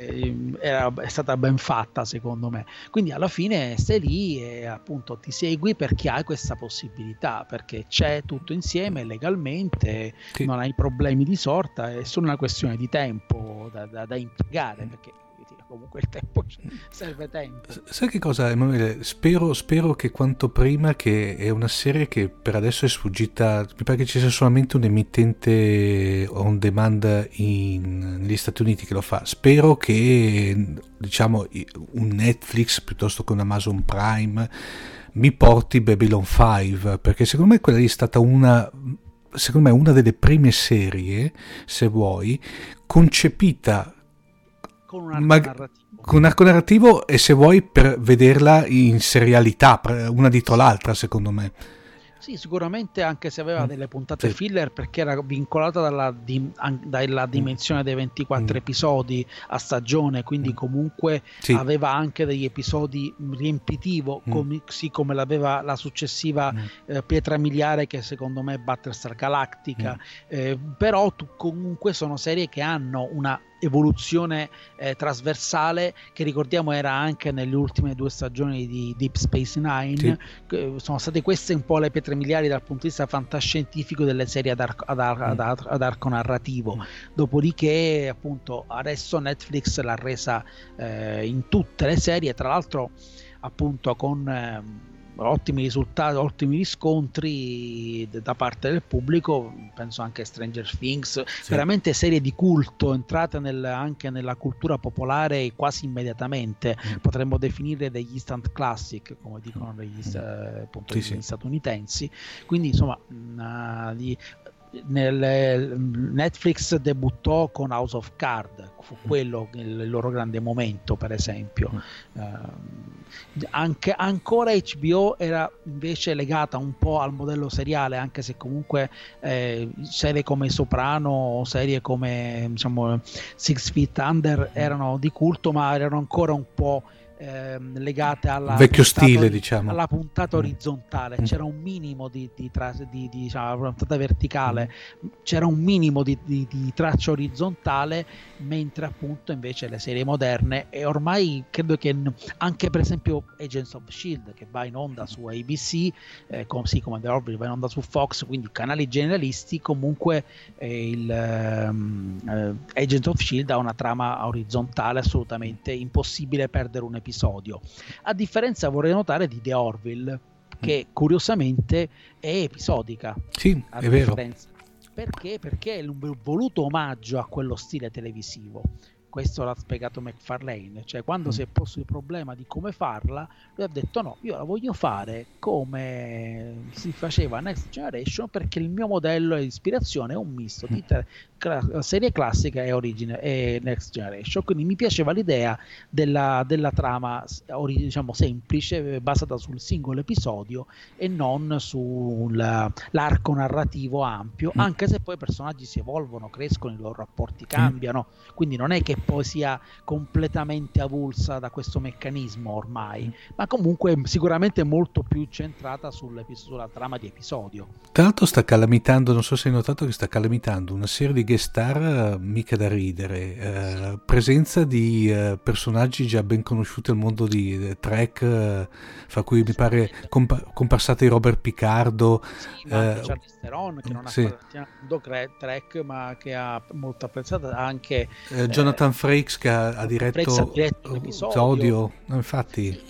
è stata ben fatta secondo me. Quindi alla fine stai lì e appunto ti segui perché hai questa possibilità, perché c'è tutto insieme legalmente, non hai problemi di sorta, è solo una questione di tempo da impiegare, perché comunque il tempo serve tempo. Sai che cosa, Emanuele? Spero che quanto prima, che è una serie che per adesso è sfuggita, mi pare che ci sia solamente un emittente on demand negli Stati Uniti che lo fa. Spero che diciamo un Netflix piuttosto che un Amazon Prime mi porti Babylon 5, perché secondo me quella lì è stata una delle prime serie, se vuoi, concepita con un arco narrativo e se vuoi per vederla in serialità, una dietro l'altra, secondo me. Sì, sicuramente, anche se aveva delle puntate filler, perché era vincolata dalla dimensione dei 24 episodi a stagione, quindi comunque aveva anche degli episodi riempitivo, così come l'aveva la successiva Pietra Miliare, che secondo me è Battlestar Galactica. Però comunque sono serie che hanno una evoluzione trasversale, che ricordiamo era anche nelle ultime 2 stagioni di Deep Space Nine. Sono state queste un po' le pietre miliari dal punto di vista fantascientifico delle serie ad arco narrativo. Dopodiché appunto adesso Netflix l'ha resa in tutte le serie, tra l'altro appunto con ottimi risultati, ottimi riscontri da parte del pubblico. Penso anche a Stranger Things, veramente serie di culto entrate anche nella cultura popolare quasi immediatamente. Potremmo definire degli instant classic, come dicono gli statunitensi. Quindi insomma Netflix debuttò con House of Cards, fu quello il loro grande momento, per esempio. Ancora HBO era invece legata un po' al modello seriale, anche se comunque serie come Soprano o serie come diciamo Six Feet Under erano di culto, ma erano ancora un po' legate alla vecchio stile, diciamo, alla puntata orizzontale. C'era un minimo di diciamo, puntata verticale, c'era un minimo di traccia orizzontale, mentre appunto invece le serie moderne, e ormai credo che anche per esempio Agents of Shield, che va in onda su ABC, così come The Orville va in onda su Fox, quindi canali generalisti, comunque Agents of Shield ha una trama orizzontale assolutamente impossibile perdere un episodio. A differenza, vorrei notare, di The Orville, che curiosamente è episodica. Sì, è vero. Perché? Perché è un voluto omaggio a quello stile televisivo. Questo l'ha spiegato McFarlane, cioè quando si è posto il problema di come farla, lui ha detto no, io la voglio fare come si faceva Next Generation, perché il mio modello e ispirazione è un misto di serie classica e Next Generation, quindi mi piaceva l'idea della trama diciamo semplice, basata sul singolo episodio e non sull'arco narrativo ampio, anche se poi i personaggi si evolvono, crescono, i loro rapporti cambiano, quindi non è che poi sia completamente avulsa da questo meccanismo ormai, ma comunque sicuramente molto più centrata sulla trama di episodio. Tra l'altro sta calamitando, non so se hai notato che sta calamitando una serie di guest star mica da ridere, presenza di personaggi già ben conosciuti al mondo di Trek, fra cui mi pare comparsata di Robert Picardo, Charlize Theron, che non ha fatto Trek ma che ha molto apprezzato, anche Jonathan Frakes, che ha diretto l'episodio. Infatti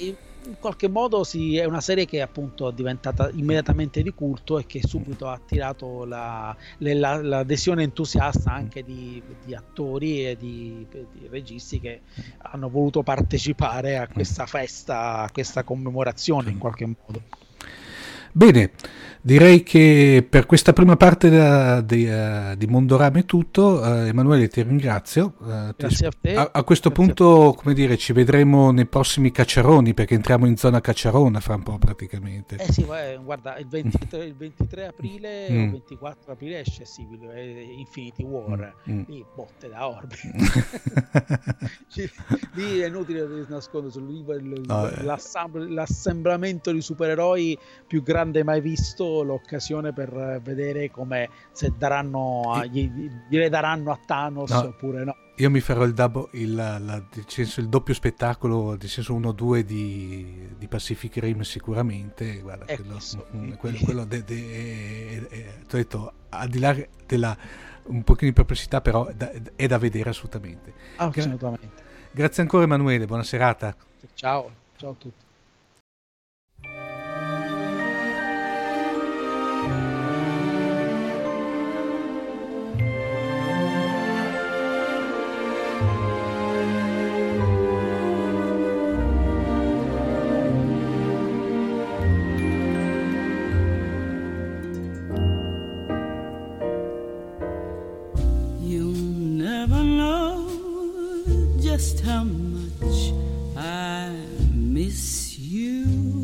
in qualche modo è una serie che appunto è diventata immediatamente di culto e che subito ha attirato l'adesione entusiasta anche di attori e di registi che hanno voluto partecipare a questa festa, a questa commemorazione in qualche modo. Bene, direi che per questa prima parte di Mondorama è tutto. Emanuele, ti ringrazio. Grazie a te. A questo punto, come dire, ci vedremo nei prossimi cacciaroni, perché entriamo in zona cacciarona fra un po' praticamente. Sì, guarda, il 23 aprile o il 24 aprile esce Infinity War, lì botte da orbi. Lì è inutile nascondersi, l'assemblamento di supereroi più grande mai visto, l'occasione per vedere come se gliele daranno a Thanos oppure no. Io mi farò il doppio spettacolo, nel senso 1-2 di Pacific Rim sicuramente. Guarda, quello t'ho detto, al di là della un pochino di perplessità, però è da vedere assolutamente. Assolutamente. Grazie ancora Emanuele, buona serata. Ciao a tutti. Just how much I miss you.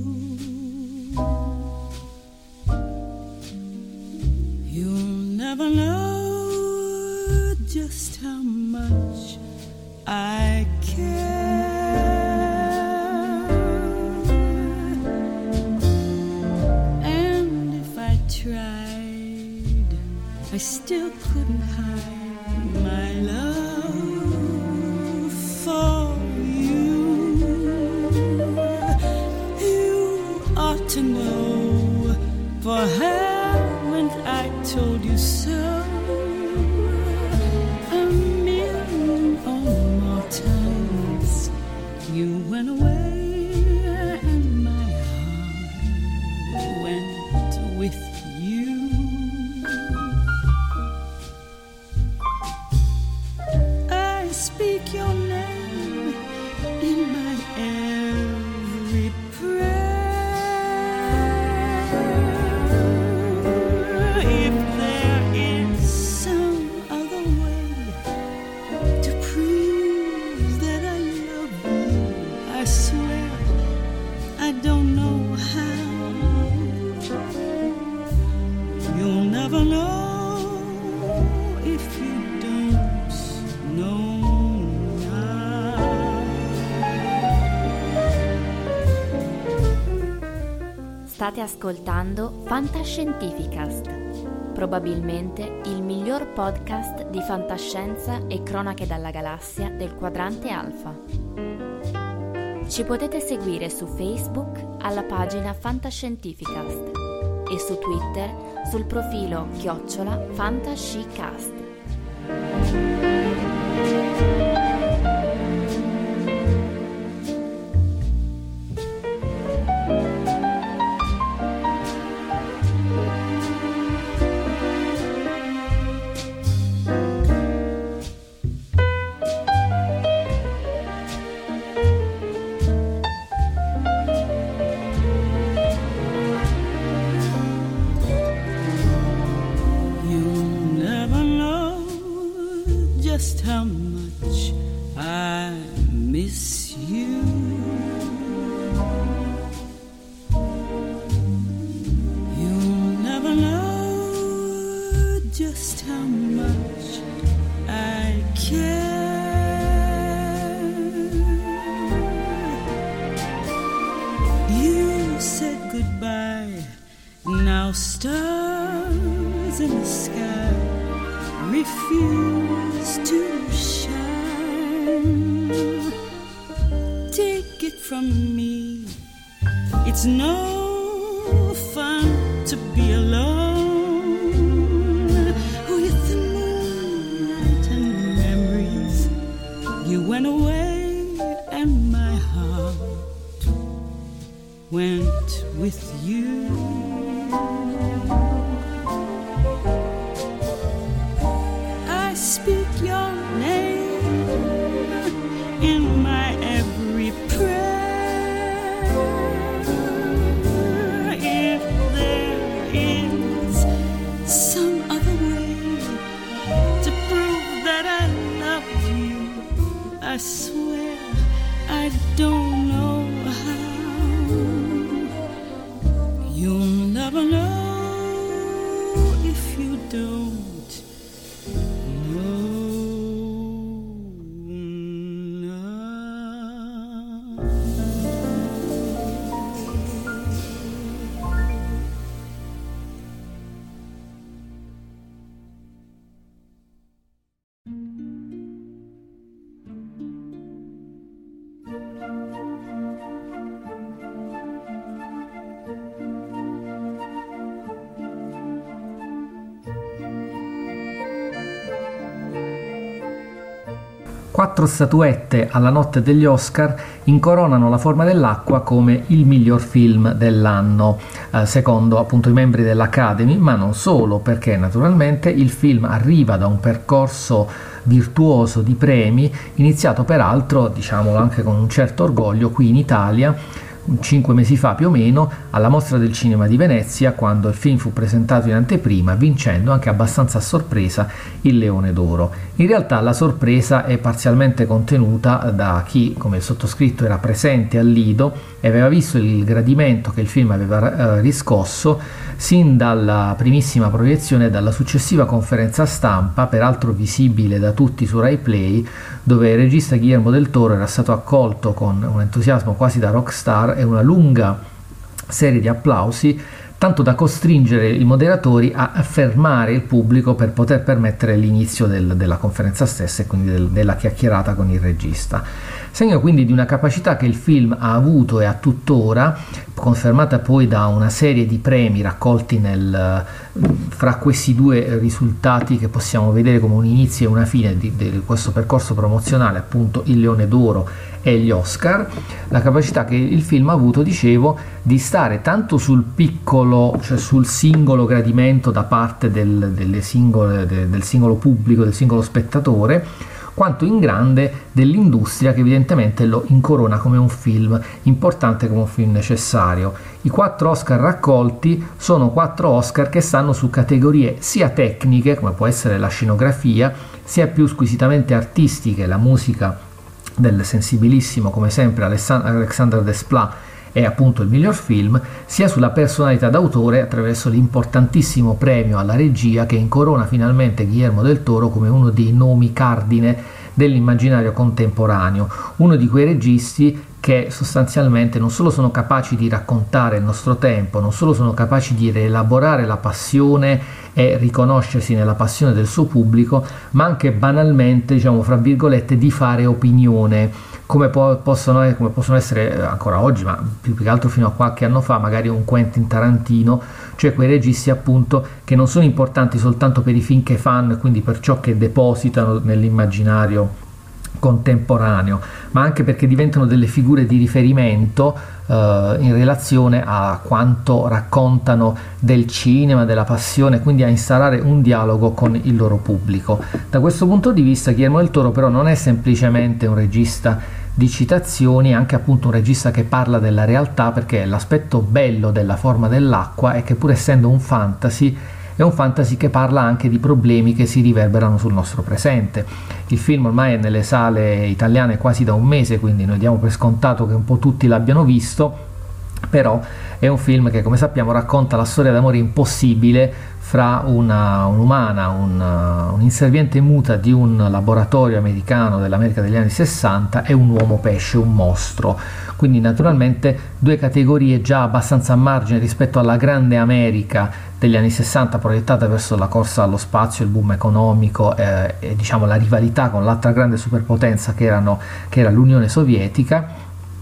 You'll never know just how much I care. And if I tried, I still couldn't hide my love for you. You ought to know, for haven't I told you so? A million or more times you went away and my heart went with you. I speak your name in my every prayer. If there is some other way to prove that I love you, I swear I don't know how. You'll never know if you don't know. State ascoltando Fantascientificast, probabilmente il miglior podcast di fantascienza e cronache dalla galassia del quadrante alfa. Ci potete seguire su Facebook alla pagina Fantascientificast e su Twitter sul profilo @Fantascicast. Just how much I miss you. You'll never know just how much I care. You said goodbye, now stars in the sky refuse to shine. Take it from me, it's no fun to be alone with the moonlight and memories. You went away and my heart went with you. I speak your name in my every prayer. If there is some other way to prove that I love you, I swear I don't know how. You'll never know if you don't know now. 4 statuette alla notte degli Oscar incoronano La forma dell'acqua come il miglior film dell'anno, secondo appunto i membri dell'Academy, ma non solo, perché naturalmente il film arriva da un percorso virtuoso di premi, iniziato peraltro, diciamolo anche con un certo orgoglio, qui in Italia, 5 mesi fa più o meno, alla Mostra del Cinema di Venezia, quando il film fu presentato in anteprima, vincendo anche abbastanza a sorpresa il Leone d'Oro. In realtà la sorpresa è parzialmente contenuta da chi, come il sottoscritto, era presente al Lido e aveva visto il gradimento che il film aveva riscosso sin dalla primissima proiezione e dalla successiva conferenza stampa, peraltro visibile da tutti su Rai Play, dove il regista Guillermo del Toro era stato accolto con un entusiasmo quasi da rockstar e una lunga serie di applausi, tanto da costringere i moderatori a fermare il pubblico per poter permettere l'inizio della conferenza stessa e quindi della chiacchierata con il regista. Segno quindi di una capacità che il film ha avuto e ha tuttora, confermata poi da una serie di premi raccolti fra questi due risultati che possiamo vedere come un inizio e una fine di questo percorso promozionale, appunto il Leone d'Oro e gli Oscar. La capacità che il film ha avuto, dicevo, di stare tanto sul piccolo, cioè sul singolo gradimento da parte del singolo pubblico, del singolo spettatore, quanto in grande dell'industria, che evidentemente lo incorona come un film importante, come un film necessario. I 4 Oscar raccolti sono 4 Oscar che stanno su categorie sia tecniche, come può essere la scenografia, sia più squisitamente artistiche, la musica del sensibilissimo, come sempre, Alexandre Desplat è appunto il miglior film, sia sulla personalità d'autore attraverso l'importantissimo premio alla regia che incorona finalmente Guillermo del Toro come uno dei nomi cardine dell'immaginario contemporaneo, uno di quei registi che sostanzialmente non solo sono capaci di raccontare il nostro tempo, non solo sono capaci di rielaborare la passione e riconoscersi nella passione del suo pubblico, ma anche banalmente, diciamo fra virgolette, di fare opinione, come possono essere ancora oggi, ma più che altro fino a qualche anno fa, magari un Quentin Tarantino, cioè quei registi appunto che non sono importanti soltanto per i film che fanno e quindi per ciò che depositano nell'immaginario contemporaneo, ma anche perché diventano delle figure di riferimento in relazione a quanto raccontano del cinema, della passione, quindi a instaurare un dialogo con il loro pubblico. Da questo punto di vista Guillermo del Toro però non è semplicemente un regista di citazioni, è anche appunto un regista che parla della realtà, perché l'aspetto bello della Forma dell'acqua è che, pur essendo un fantasy, è un fantasy che parla anche di problemi che si riverberano sul nostro presente. Il film ormai è nelle sale italiane quasi da un mese, quindi noi diamo per scontato che un po' tutti l'abbiano visto, però è un film che, come sappiamo, racconta la storia d'amore impossibile fra un'umana, un'inserviente muta di un laboratorio americano dell'America degli anni 60 e un uomo pesce, un mostro. Quindi naturalmente due categorie già abbastanza a margine rispetto alla grande America degli anni 60, proiettata verso la corsa allo spazio, il boom economico e diciamo la rivalità con l'altra grande superpotenza che era l'Unione Sovietica,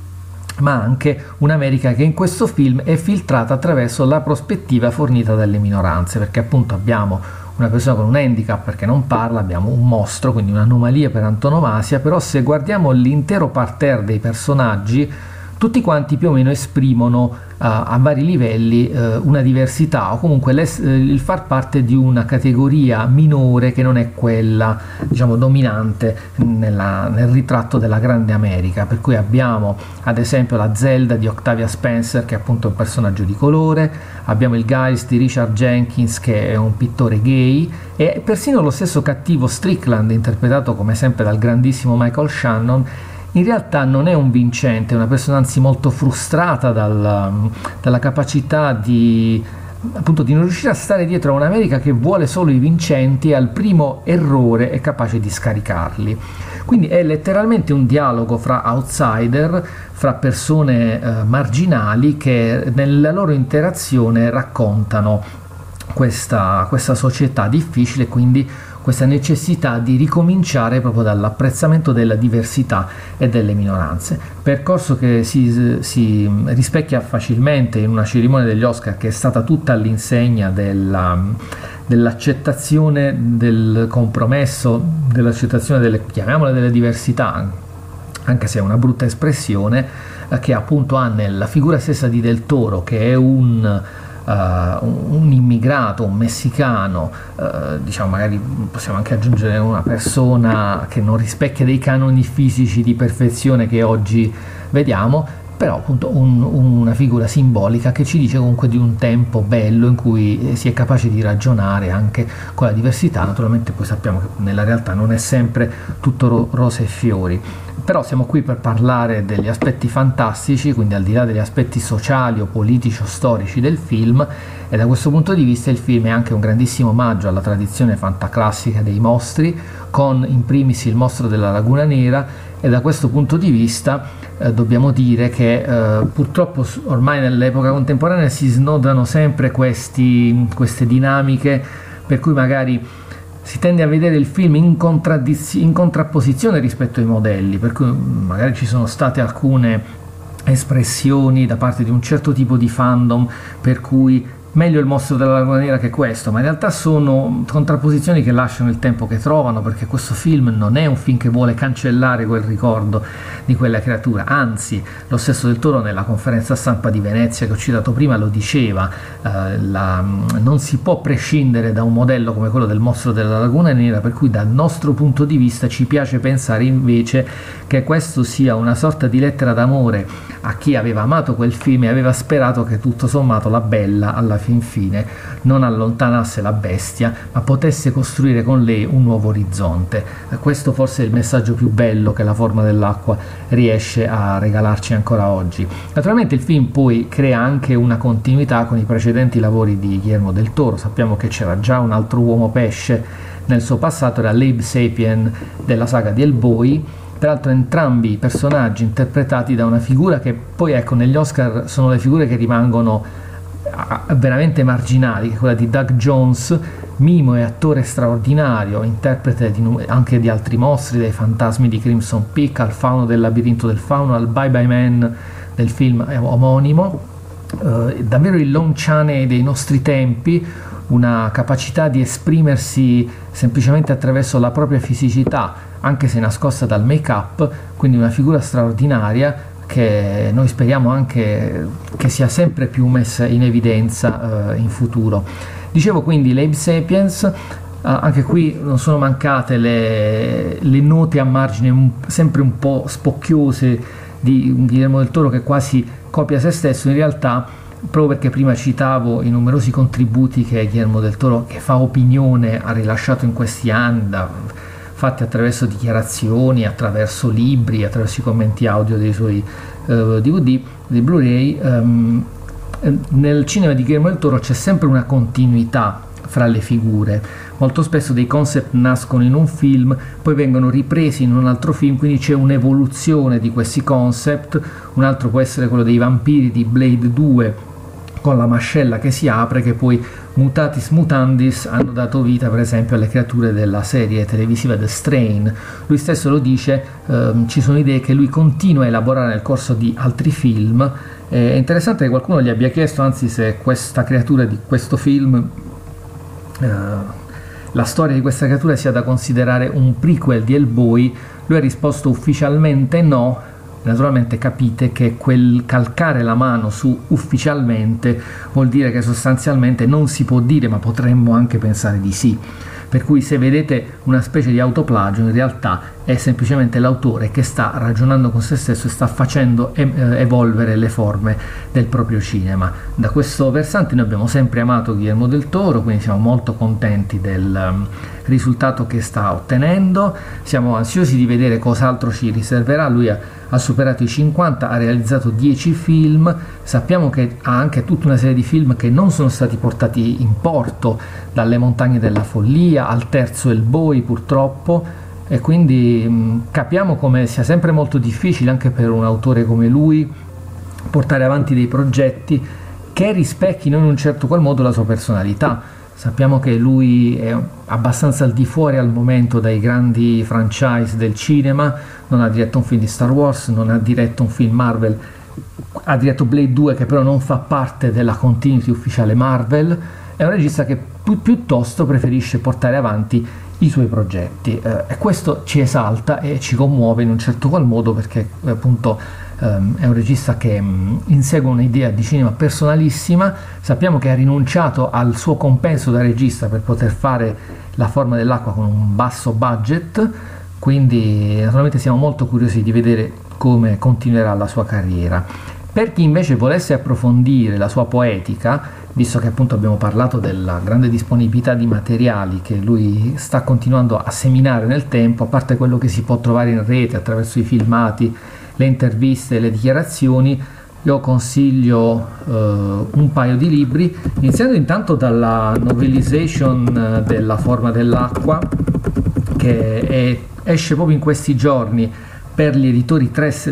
ma anche un'America che in questo film è filtrata attraverso la prospettiva fornita dalle minoranze, perché appunto abbiamo una persona con un handicap perché non parla, abbiamo un mostro, quindi un'anomalia per antonomasia, però se guardiamo l'intero parterre dei personaggi, tutti quanti più o meno esprimono a vari livelli una diversità, o comunque il far parte di una categoria minore che non è quella, diciamo, dominante nel ritratto della grande America. Per cui abbiamo ad esempio la Zelda di Octavia Spencer, che è appunto un personaggio di colore, abbiamo il Geist di Richard Jenkins, che è un pittore gay, e persino lo stesso cattivo Strickland, interpretato come sempre dal grandissimo Michael Shannon, in realtà non è un vincente, è una persona anzi molto frustrata dalla capacità di non riuscire a stare dietro a un'America che vuole solo i vincenti e al primo errore è capace di scaricarli. Quindi è letteralmente un dialogo fra outsider, fra persone marginali, che nella loro interazione raccontano questa società difficile, quindi questa necessità di ricominciare proprio dall'apprezzamento della diversità e delle minoranze. Percorso che si rispecchia facilmente in una cerimonia degli Oscar che è stata tutta all'insegna dell'accettazione del compromesso, dell'accettazione delle diversità, anche se è una brutta espressione, che appunto ha nella figura stessa di Del Toro, che è un immigrato, un messicano, diciamo, magari possiamo anche aggiungere una persona che non rispecchia dei canoni fisici di perfezione che oggi vediamo, però appunto una figura simbolica che ci dice comunque di un tempo bello in cui si è capaci di ragionare anche con la diversità. Naturalmente poi sappiamo che nella realtà non è sempre tutto rose e fiori, però siamo qui per parlare degli aspetti fantastici, quindi al di là degli aspetti sociali o politici o storici del film, e da questo punto di vista il film è anche un grandissimo omaggio alla tradizione fantaclassica dei mostri, con in primis il mostro della Laguna Nera, e da questo punto di vista dobbiamo dire che purtroppo ormai nell'epoca contemporanea si snodano sempre queste dinamiche, per cui magari si tende a vedere il film in contrapposizione rispetto ai modelli, per cui magari ci sono state alcune espressioni da parte di un certo tipo di fandom per cui meglio il mostro della Laguna Nera che questo, ma in realtà sono contrapposizioni che lasciano il tempo che trovano, perché questo film non è un film che vuole cancellare quel ricordo di quella creatura, anzi lo stesso Del Toro nella conferenza stampa di Venezia che ho citato prima lo diceva, non si può prescindere da un modello come quello del mostro della Laguna Nera, per cui dal nostro punto di vista ci piace pensare invece che questo sia una sorta di lettera d'amore a chi aveva amato quel film e aveva sperato che tutto sommato la bella alla fin fine non allontanasse la bestia, ma potesse costruire con lei un nuovo orizzonte. Questo forse è il messaggio più bello che La forma dell'acqua riesce a regalarci ancora oggi. Naturalmente il film poi crea anche una continuità con i precedenti lavori di Guillermo del Toro. Sappiamo che c'era già un altro uomo pesce nel suo passato, era l'Abe Sapien della saga di Hellboy, peraltro entrambi i personaggi interpretati da una figura che poi, ecco, negli Oscar sono le figure che rimangono veramente marginali, che è quella di Doug Jones, mimo e attore straordinario, interprete anche di altri mostri, dai fantasmi di Crimson Peak al fauno del Labirinto del Fauno, al Bye Bye Man del film omonimo, davvero il Lon Chaney dei nostri tempi, una capacità di esprimersi semplicemente attraverso la propria fisicità, anche se nascosta dal make-up, quindi una figura straordinaria che noi speriamo anche che sia sempre più messa in evidenza in futuro. Dicevo quindi l'Abe Sapiens, anche qui non sono mancate le note a margine sempre un po' spocchiose di Guillermo del Toro, che quasi copia se stesso in realtà, proprio perché prima citavo i numerosi contributi che Guillermo del Toro, che fa opinione, ha rilasciato in questi anni, fatti attraverso dichiarazioni, attraverso libri, attraverso i commenti audio dei suoi DVD, dei Blu-ray. Nel cinema di Guillermo del Toro c'è sempre una continuità fra le figure, molto spesso dei concept nascono in un film, poi vengono ripresi in un altro film, quindi c'è un'evoluzione di questi concept. Un altro può essere quello dei vampiri di Blade 2, con la mascella che si apre, che poi mutatis mutandis hanno dato vita per esempio alle creature della serie televisiva The Strain. Lui stesso lo dice, ci sono idee che lui continua a elaborare nel corso di altri film. È interessante che qualcuno gli abbia chiesto anzi se questa creatura di questo film, la storia di questa creatura sia da considerare un prequel di Hellboy. Lui ha risposto ufficialmente no, Naturalmente capite che quel calcare la mano su ufficialmente vuol dire che sostanzialmente non si può dire, ma potremmo anche pensare di sì. Per cui se vedete una specie di autoplagio, in realtà è semplicemente l'autore che sta ragionando con se stesso e sta facendo evolvere le forme del proprio cinema. Da questo versante noi abbiamo sempre amato Guillermo del Toro, quindi siamo molto contenti del risultato che sta ottenendo, siamo ansiosi di vedere cos'altro ci riserverà. Lui ha superato i 50, ha realizzato 10 film, sappiamo che ha anche tutta una serie di film che non sono stati portati in porto, dalle montagne della follia al terzo El Boi purtroppo, e quindi capiamo come sia sempre molto difficile anche per un autore come lui portare avanti dei progetti che rispecchino in un certo qual modo la sua personalità. Sappiamo che lui è abbastanza al di fuori al momento dai grandi franchise del cinema, non ha diretto un film di Star Wars, non ha diretto un film Marvel, ha diretto Blade 2 che però non fa parte della continuity ufficiale Marvel, è un regista che piuttosto preferisce portare avanti i suoi progetti e questo ci esalta e ci commuove in un certo qual modo, perché appunto è un regista che insegue un'idea di cinema personalissima. Sappiamo che ha rinunciato al suo compenso da regista per poter fare La forma dell'acqua con un basso budget, quindi naturalmente siamo molto curiosi di vedere come continuerà la sua carriera. Per chi invece volesse approfondire la sua poetica, visto che appunto abbiamo parlato della grande disponibilità di materiali che lui sta continuando a seminare nel tempo, a parte quello che si può trovare in rete attraverso i filmati, le interviste e le dichiarazioni, io consiglio un paio di libri, iniziando intanto dalla novelization della forma dell'acqua, che esce proprio in questi giorni per l'editore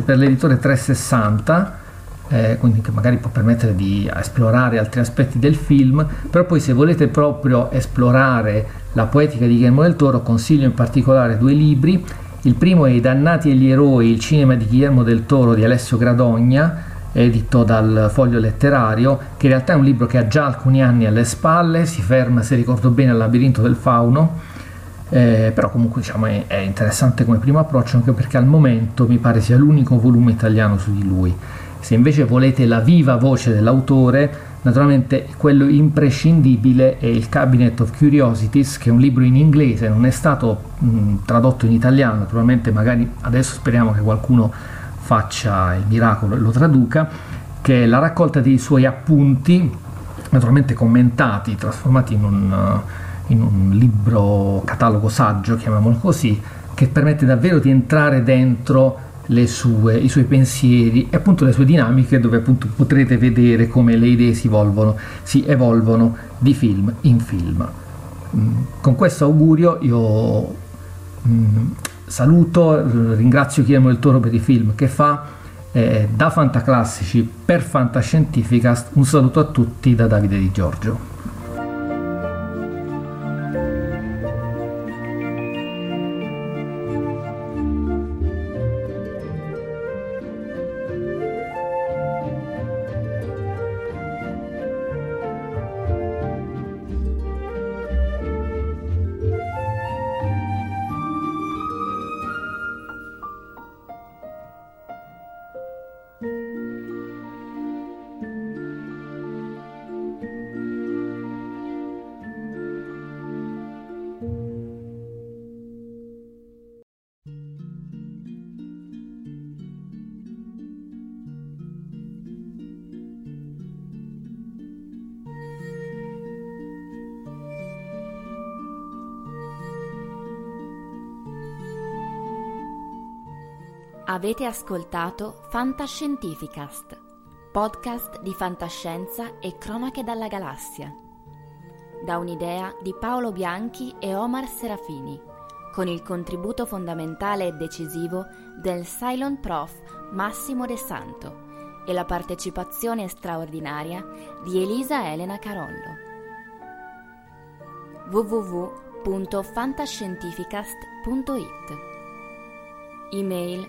360, quindi che magari può permettere di esplorare altri aspetti del film. Però poi se volete proprio esplorare la poetica di Guillermo del Toro, consiglio in particolare 2 libri. Il primo è I dannati e gli eroi, il cinema di Guillermo del Toro di Alessio Gradogna, edito dal Foglio Letterario, che in realtà è un libro che ha già alcuni anni alle spalle, si ferma, se ricordo bene, al Labirinto del Fauno, però comunque diciamo è interessante come primo approccio, anche perché al momento mi pare sia l'unico volume italiano su di lui. Se invece volete la viva voce dell'autore, naturalmente quello imprescindibile è il Cabinet of Curiosities, che è un libro in inglese, non è stato tradotto in italiano, naturalmente magari adesso speriamo che qualcuno faccia il miracolo e lo traduca, che è la raccolta dei suoi appunti, naturalmente commentati, trasformati in un libro catalogo saggio, chiamiamolo così, che permette davvero di entrare dentro i suoi pensieri e appunto le sue dinamiche, dove appunto potrete vedere come le idee si evolvono di film in film. Con questo augurio io saluto, ringrazio Guillermo del Toro per i film che fa, da Fantaclassici per Fantascientificast un saluto a tutti da Davide Di Giorgio. Avete ascoltato Fantascientificast, podcast di fantascienza e cronache dalla galassia, da un'idea di Paolo Bianchi e Omar Serafini, con il contributo fondamentale e decisivo del Cylon Prof Massimo De Santo e la partecipazione straordinaria di Elisa Elena Carollo. www.fantascientificast.it. Email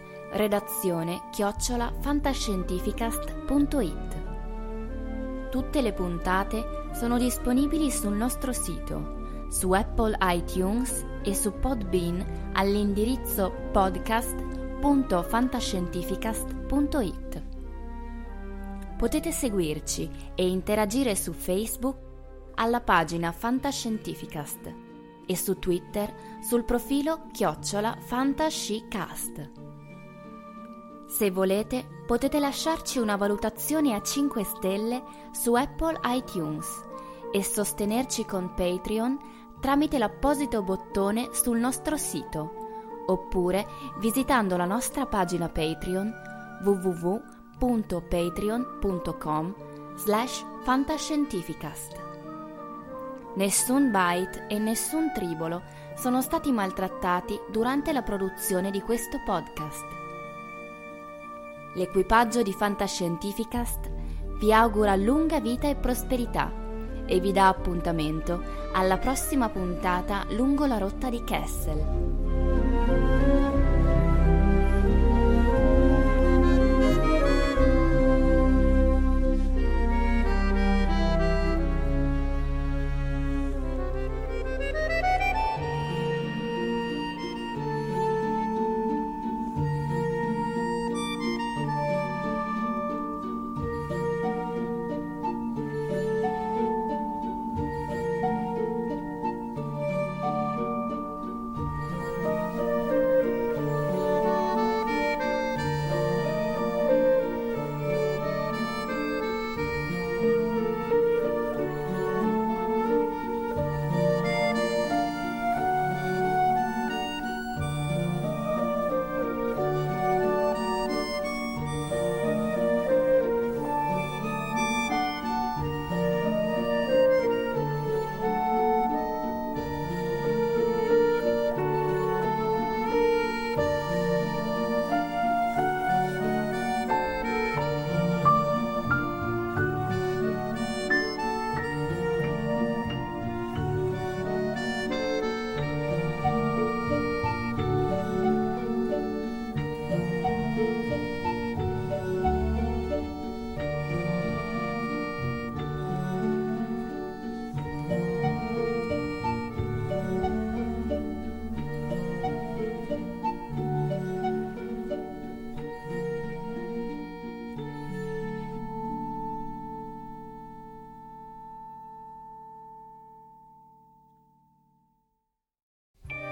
redazione@fantascientificast.it. Tutte le puntate sono disponibili sul nostro sito, su Apple iTunes e su Podbean all'indirizzo podcast www.fantascientificast.it. Potete seguirci e interagire su Facebook alla pagina Fantascientificast e su Twitter sul profilo @fantascicast. Se volete, potete lasciarci una valutazione a 5 stelle su Apple iTunes e sostenerci con Patreon tramite l'apposito bottone sul nostro sito, oppure visitando la nostra pagina Patreon www.patreon.com/fantascientificast. Nessun bite e nessun tribolo sono stati maltrattati durante la produzione di questo podcast. L'equipaggio di Fantascientificast vi augura lunga vita e prosperità e vi dà appuntamento alla prossima puntata lungo la rotta di Kessel.